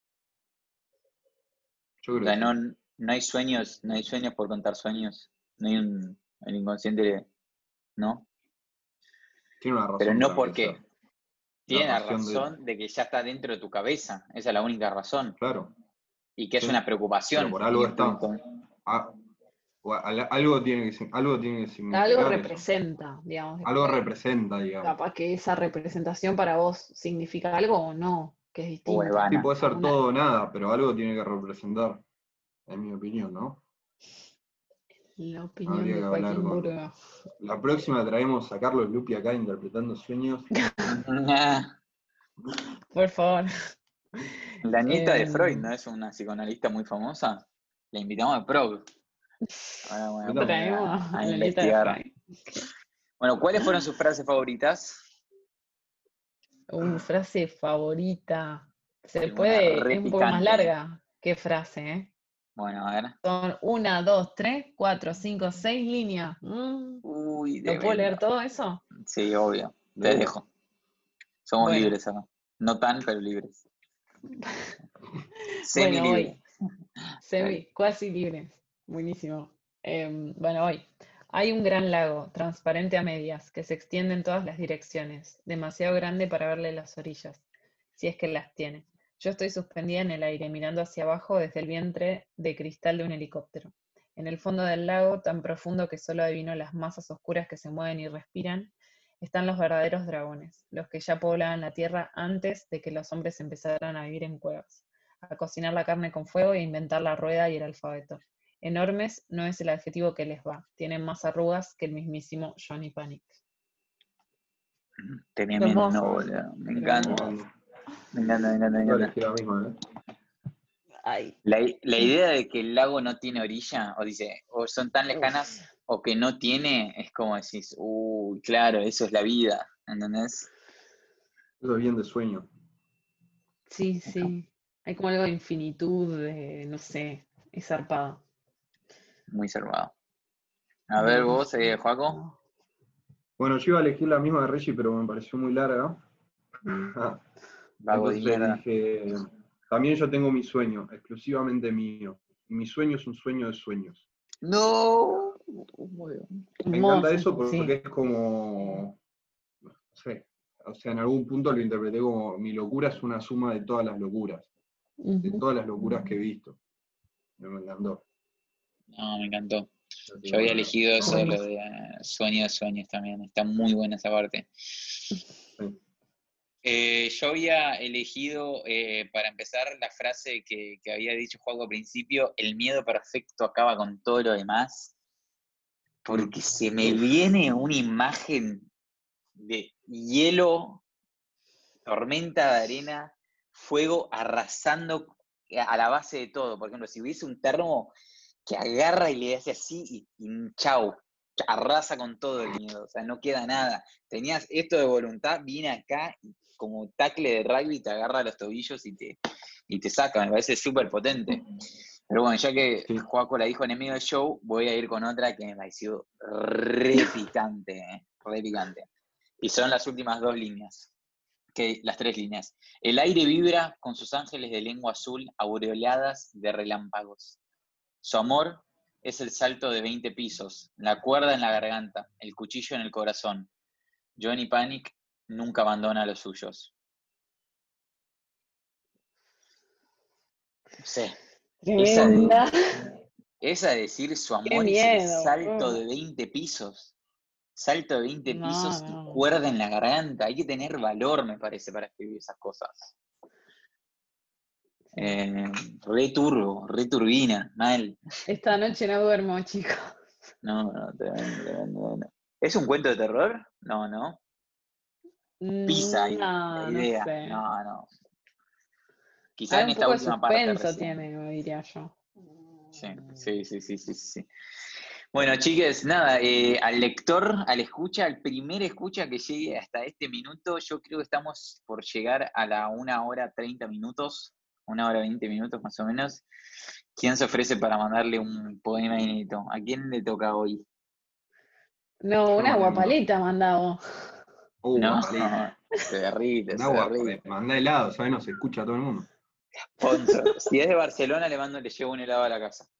Yo O creo sea, que no, sí. no hay sueños, no hay sueños por contar sueños. No hay un, el inconsciente, ¿no? Tiene una Pero razón no para que sea. porque La tiene la razón de, razón de que ya está dentro de tu cabeza. Esa es la única razón. claro, Y que es una sí, pero preocupación por en algo el tu está. inconsciente. Ah, o al- algo, tiene que, sig- algo tiene que Algo significar eso. representa, digamos. Algo Después, representa, digamos. capaz que esa representación para vos significa algo o no, que es O es distinto. Sí, vana. puede A ser una, todo o nada, pero algo tiene que representar, en mi opinión, ¿no? la opinión Habría de que hablar Joaquín con... Burgo. La próxima traemos a Carlos Lupi acá interpretando sueños. Por favor. La nieta de Freud, Em, ¿no? Es una psicoanalista muy famosa. La invitamos a Prog. Ahora voy a Invitamos. poner traemos a, a a la nieta de investigar. Frank. Bueno, ¿cuáles fueron sus frases favoritas? Uh, frase favorita. Se Alguna puede, es un poco más repicante. larga. ¿Qué frase, eh? Bueno, a ver. Son una, dos, tres, cuatro, cinco, seis líneas. Mm, Uy, ¿Lo puedo tremendo. leer todo eso? Sí, obvio. De Te una. dejo. Somos Bueno, libres acá. No tan, pero libres. Semi bueno, libres. voy. Semi, cuasi libres. Buenísimo. Em, bueno, hoy. Hay un gran lago, transparente a medias, que se extiende en todas las direcciones, demasiado grande para verle las orillas, si es que las tiene. Yo estoy suspendida en el aire, mirando hacia abajo desde el vientre de cristal de un helicóptero. En el fondo del lago, tan profundo que solo adivino las masas oscuras que se mueven y respiran, están los verdaderos dragones, los que ya poblaban la tierra antes de que los hombres empezaran a vivir en cuevas, a cocinar la carne con fuego e inventar la rueda y el alfabeto. Enormes no es el adjetivo que les va, tienen más arrugas que el mismísimo Johnny Panic. Tremendo, Hermoso, boludo. Me encanta. hermoso. Me encanta, me encanta, me Yo encanta. elegí la misma, ¿eh? Ay, La, la idea de que el lago no tiene orilla, o dice, o son tan lejanas, uf. o que no tiene, es como decís, uy, claro, eso es la vida, ¿entendés? Eso es bien de sueño. Sí, sí. Hay como algo de infinitud, de, no sé, es zarpado. Muy salvado. A ver vos, Buenísimo. eh, Joaco. No. Bueno, yo iba a elegir la misma de Reggie, pero me pareció muy larga. Mm. Vago de Entonces mierda. dije, también yo tengo mi sueño, exclusivamente mío. Y mi sueño es un sueño de sueños. No. Muy bien. Me encanta Hermoso, eso porque sí. es como, no sé, o sea, en algún punto lo interpreté como mi locura es una suma de todas las locuras, de Ujú. todas las locuras que he visto. Me me encantó. No, me encantó. Así que Yo había bueno, elegido eso, lo Buenísimo. de eh, sueño de sueños también. Está muy buena esa parte. sí. Eh, yo había elegido, eh, para empezar, la frase que, que había dicho Juan al principio, el miedo perfecto acaba con todo lo demás, Mm. porque se me Uf. viene una imagen de hielo, tormenta de arena, fuego arrasando a la base de todo. Por ejemplo, si hubiese un termo que agarra y le hace así y, y chau, arrasa con todo el miedo, o sea, no queda nada. Tenías esto de voluntad, viene acá y como tackle de rugby te agarra los tobillos y te, y te saca, me parece súper potente. Pero bueno, ya que Sí. Joaco la dijo en el medio del show, voy a ir con otra que me pareció re picante, eh, re picante. Y son las últimas dos líneas. que las tres líneas. El aire vibra con sus ángeles de lengua azul, aureoladas de relámpagos. Su amor es el salto de veinte pisos, la cuerda en la garganta, el cuchillo en el corazón. Johnny Panic nunca abandona a los suyos. No sé. Esa Tremenda. de, esa de decir su Qué amor es el miedo, salto bro. de veinte pisos. Salto de veinte No, pisos no. y cuerda en la garganta. Hay que tener valor, me parece, para escribir esas cosas. Eh, re turbo, re turbina, mal. Esta noche no duermo, chicos. No, no, tremendo, tremendo, tremendo. ¿Es un cuento de terror? No, no. Pisa ahí No, la no idea. sé. No, no. Quizá Hay en un esta poco de última parte suspenso recién. tiene, diría yo. Sí, sí, sí, sí, sí, sí. Bueno, chiques, nada, eh, al lector, al escucha, al primer escucha que llegue hasta este minuto, yo creo que estamos por llegar a la una hora treinta minutos, una hora veinte minutos más o menos. ¿Quién se ofrece para mandarle un poema inédito? ¿A quién le toca hoy? No, Yo una mando uno. guapaleta mandado. Uh, No, guapaleta. se derrite, Mandá se guapa, derrite. mandá helado, ¿sabes? No se escucha a todo el mundo. Sponsor. Si es de Barcelona, le mando, le llevo un helado a la casa.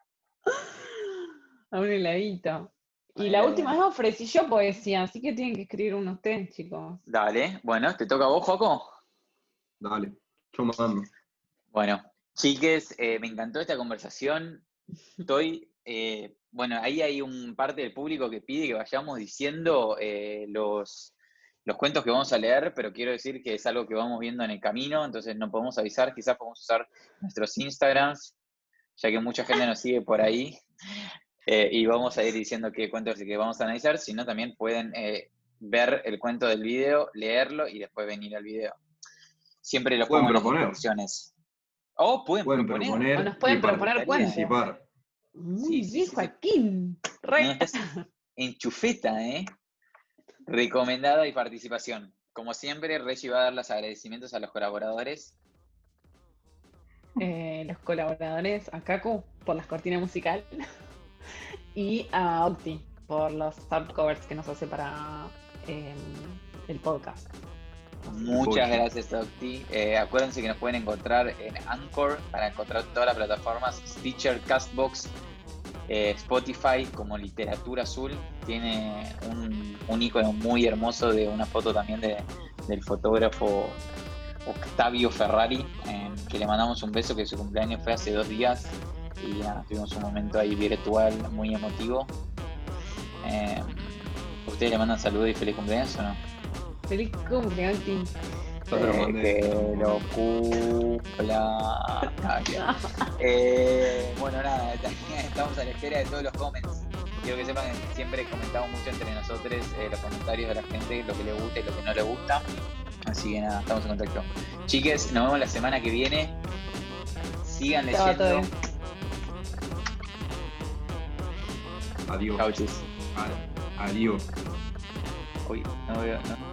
A un heladito. Y Un la helado. última vez ofrecí yo poesía, así que tienen que escribir uno ustedes, chicos. Dale, bueno, ¿te toca a vos, Joaco? Dale, yo mando. Bueno, chiques, eh, me encantó esta conversación. Estoy, eh, bueno, ahí hay un parte del público que pide que vayamos diciendo eh, los, los cuentos que vamos a leer, pero quiero decir que es algo que vamos viendo en el camino, entonces no podemos avisar, quizás podemos usar nuestros Instagrams, ya que mucha gente nos sigue por ahí, eh, y vamos a ir diciendo qué cuentos que vamos a analizar, si no también pueden eh, ver el cuento del video, leerlo y después venir al video. Siempre los Pueden pongo en las proponer. descripciones. O pueden, Pueden proponer. proponer O nos pueden y proponer gustaría, cuentos. participar. Muy Sí, sí, bien, sí, sí. Joaquín. Re. No, estás enchufeta, ¿eh? Recomendada y participación. Como siempre, Reggie va a dar los agradecimientos a los colaboradores. Eh, los colaboradores, a Kaku por las cortinas musicales y a Octi por los sound covers que nos hace para eh, el podcast. Muchas Bochi. gracias, Octi. Eh, acuérdense que nos pueden encontrar en Anchor para encontrar todas las plataformas, Stitcher, Castbox, eh, Spotify como Literatura Azul. Tiene un, un icono muy hermoso de una foto también de, del fotógrafo Octavio Ferrari, eh, que le mandamos un beso, que su cumpleaños fue hace dos días y nada, tuvimos un momento ahí virtual muy emotivo. Eh, ¿Ustedes le mandan saludos y feliz cumpleaños o no? Feliz cumpleaños, Octi. Ya te lo Eh, mandé. que lo cumpla. Ah, bien. Eh, bueno, nada, estamos a la espera de todos los comments. Quiero que sepan que siempre comentamos mucho entre nosotros eh, los comentarios de la gente, lo que le gusta y lo que no le gusta. Así que nada, estamos en contacto. Chiques, nos vemos la semana que viene. Sigan Chao a leyendo. todos. Adiós. Chau, chis. Ad- Adiós. Uy, no veo. No.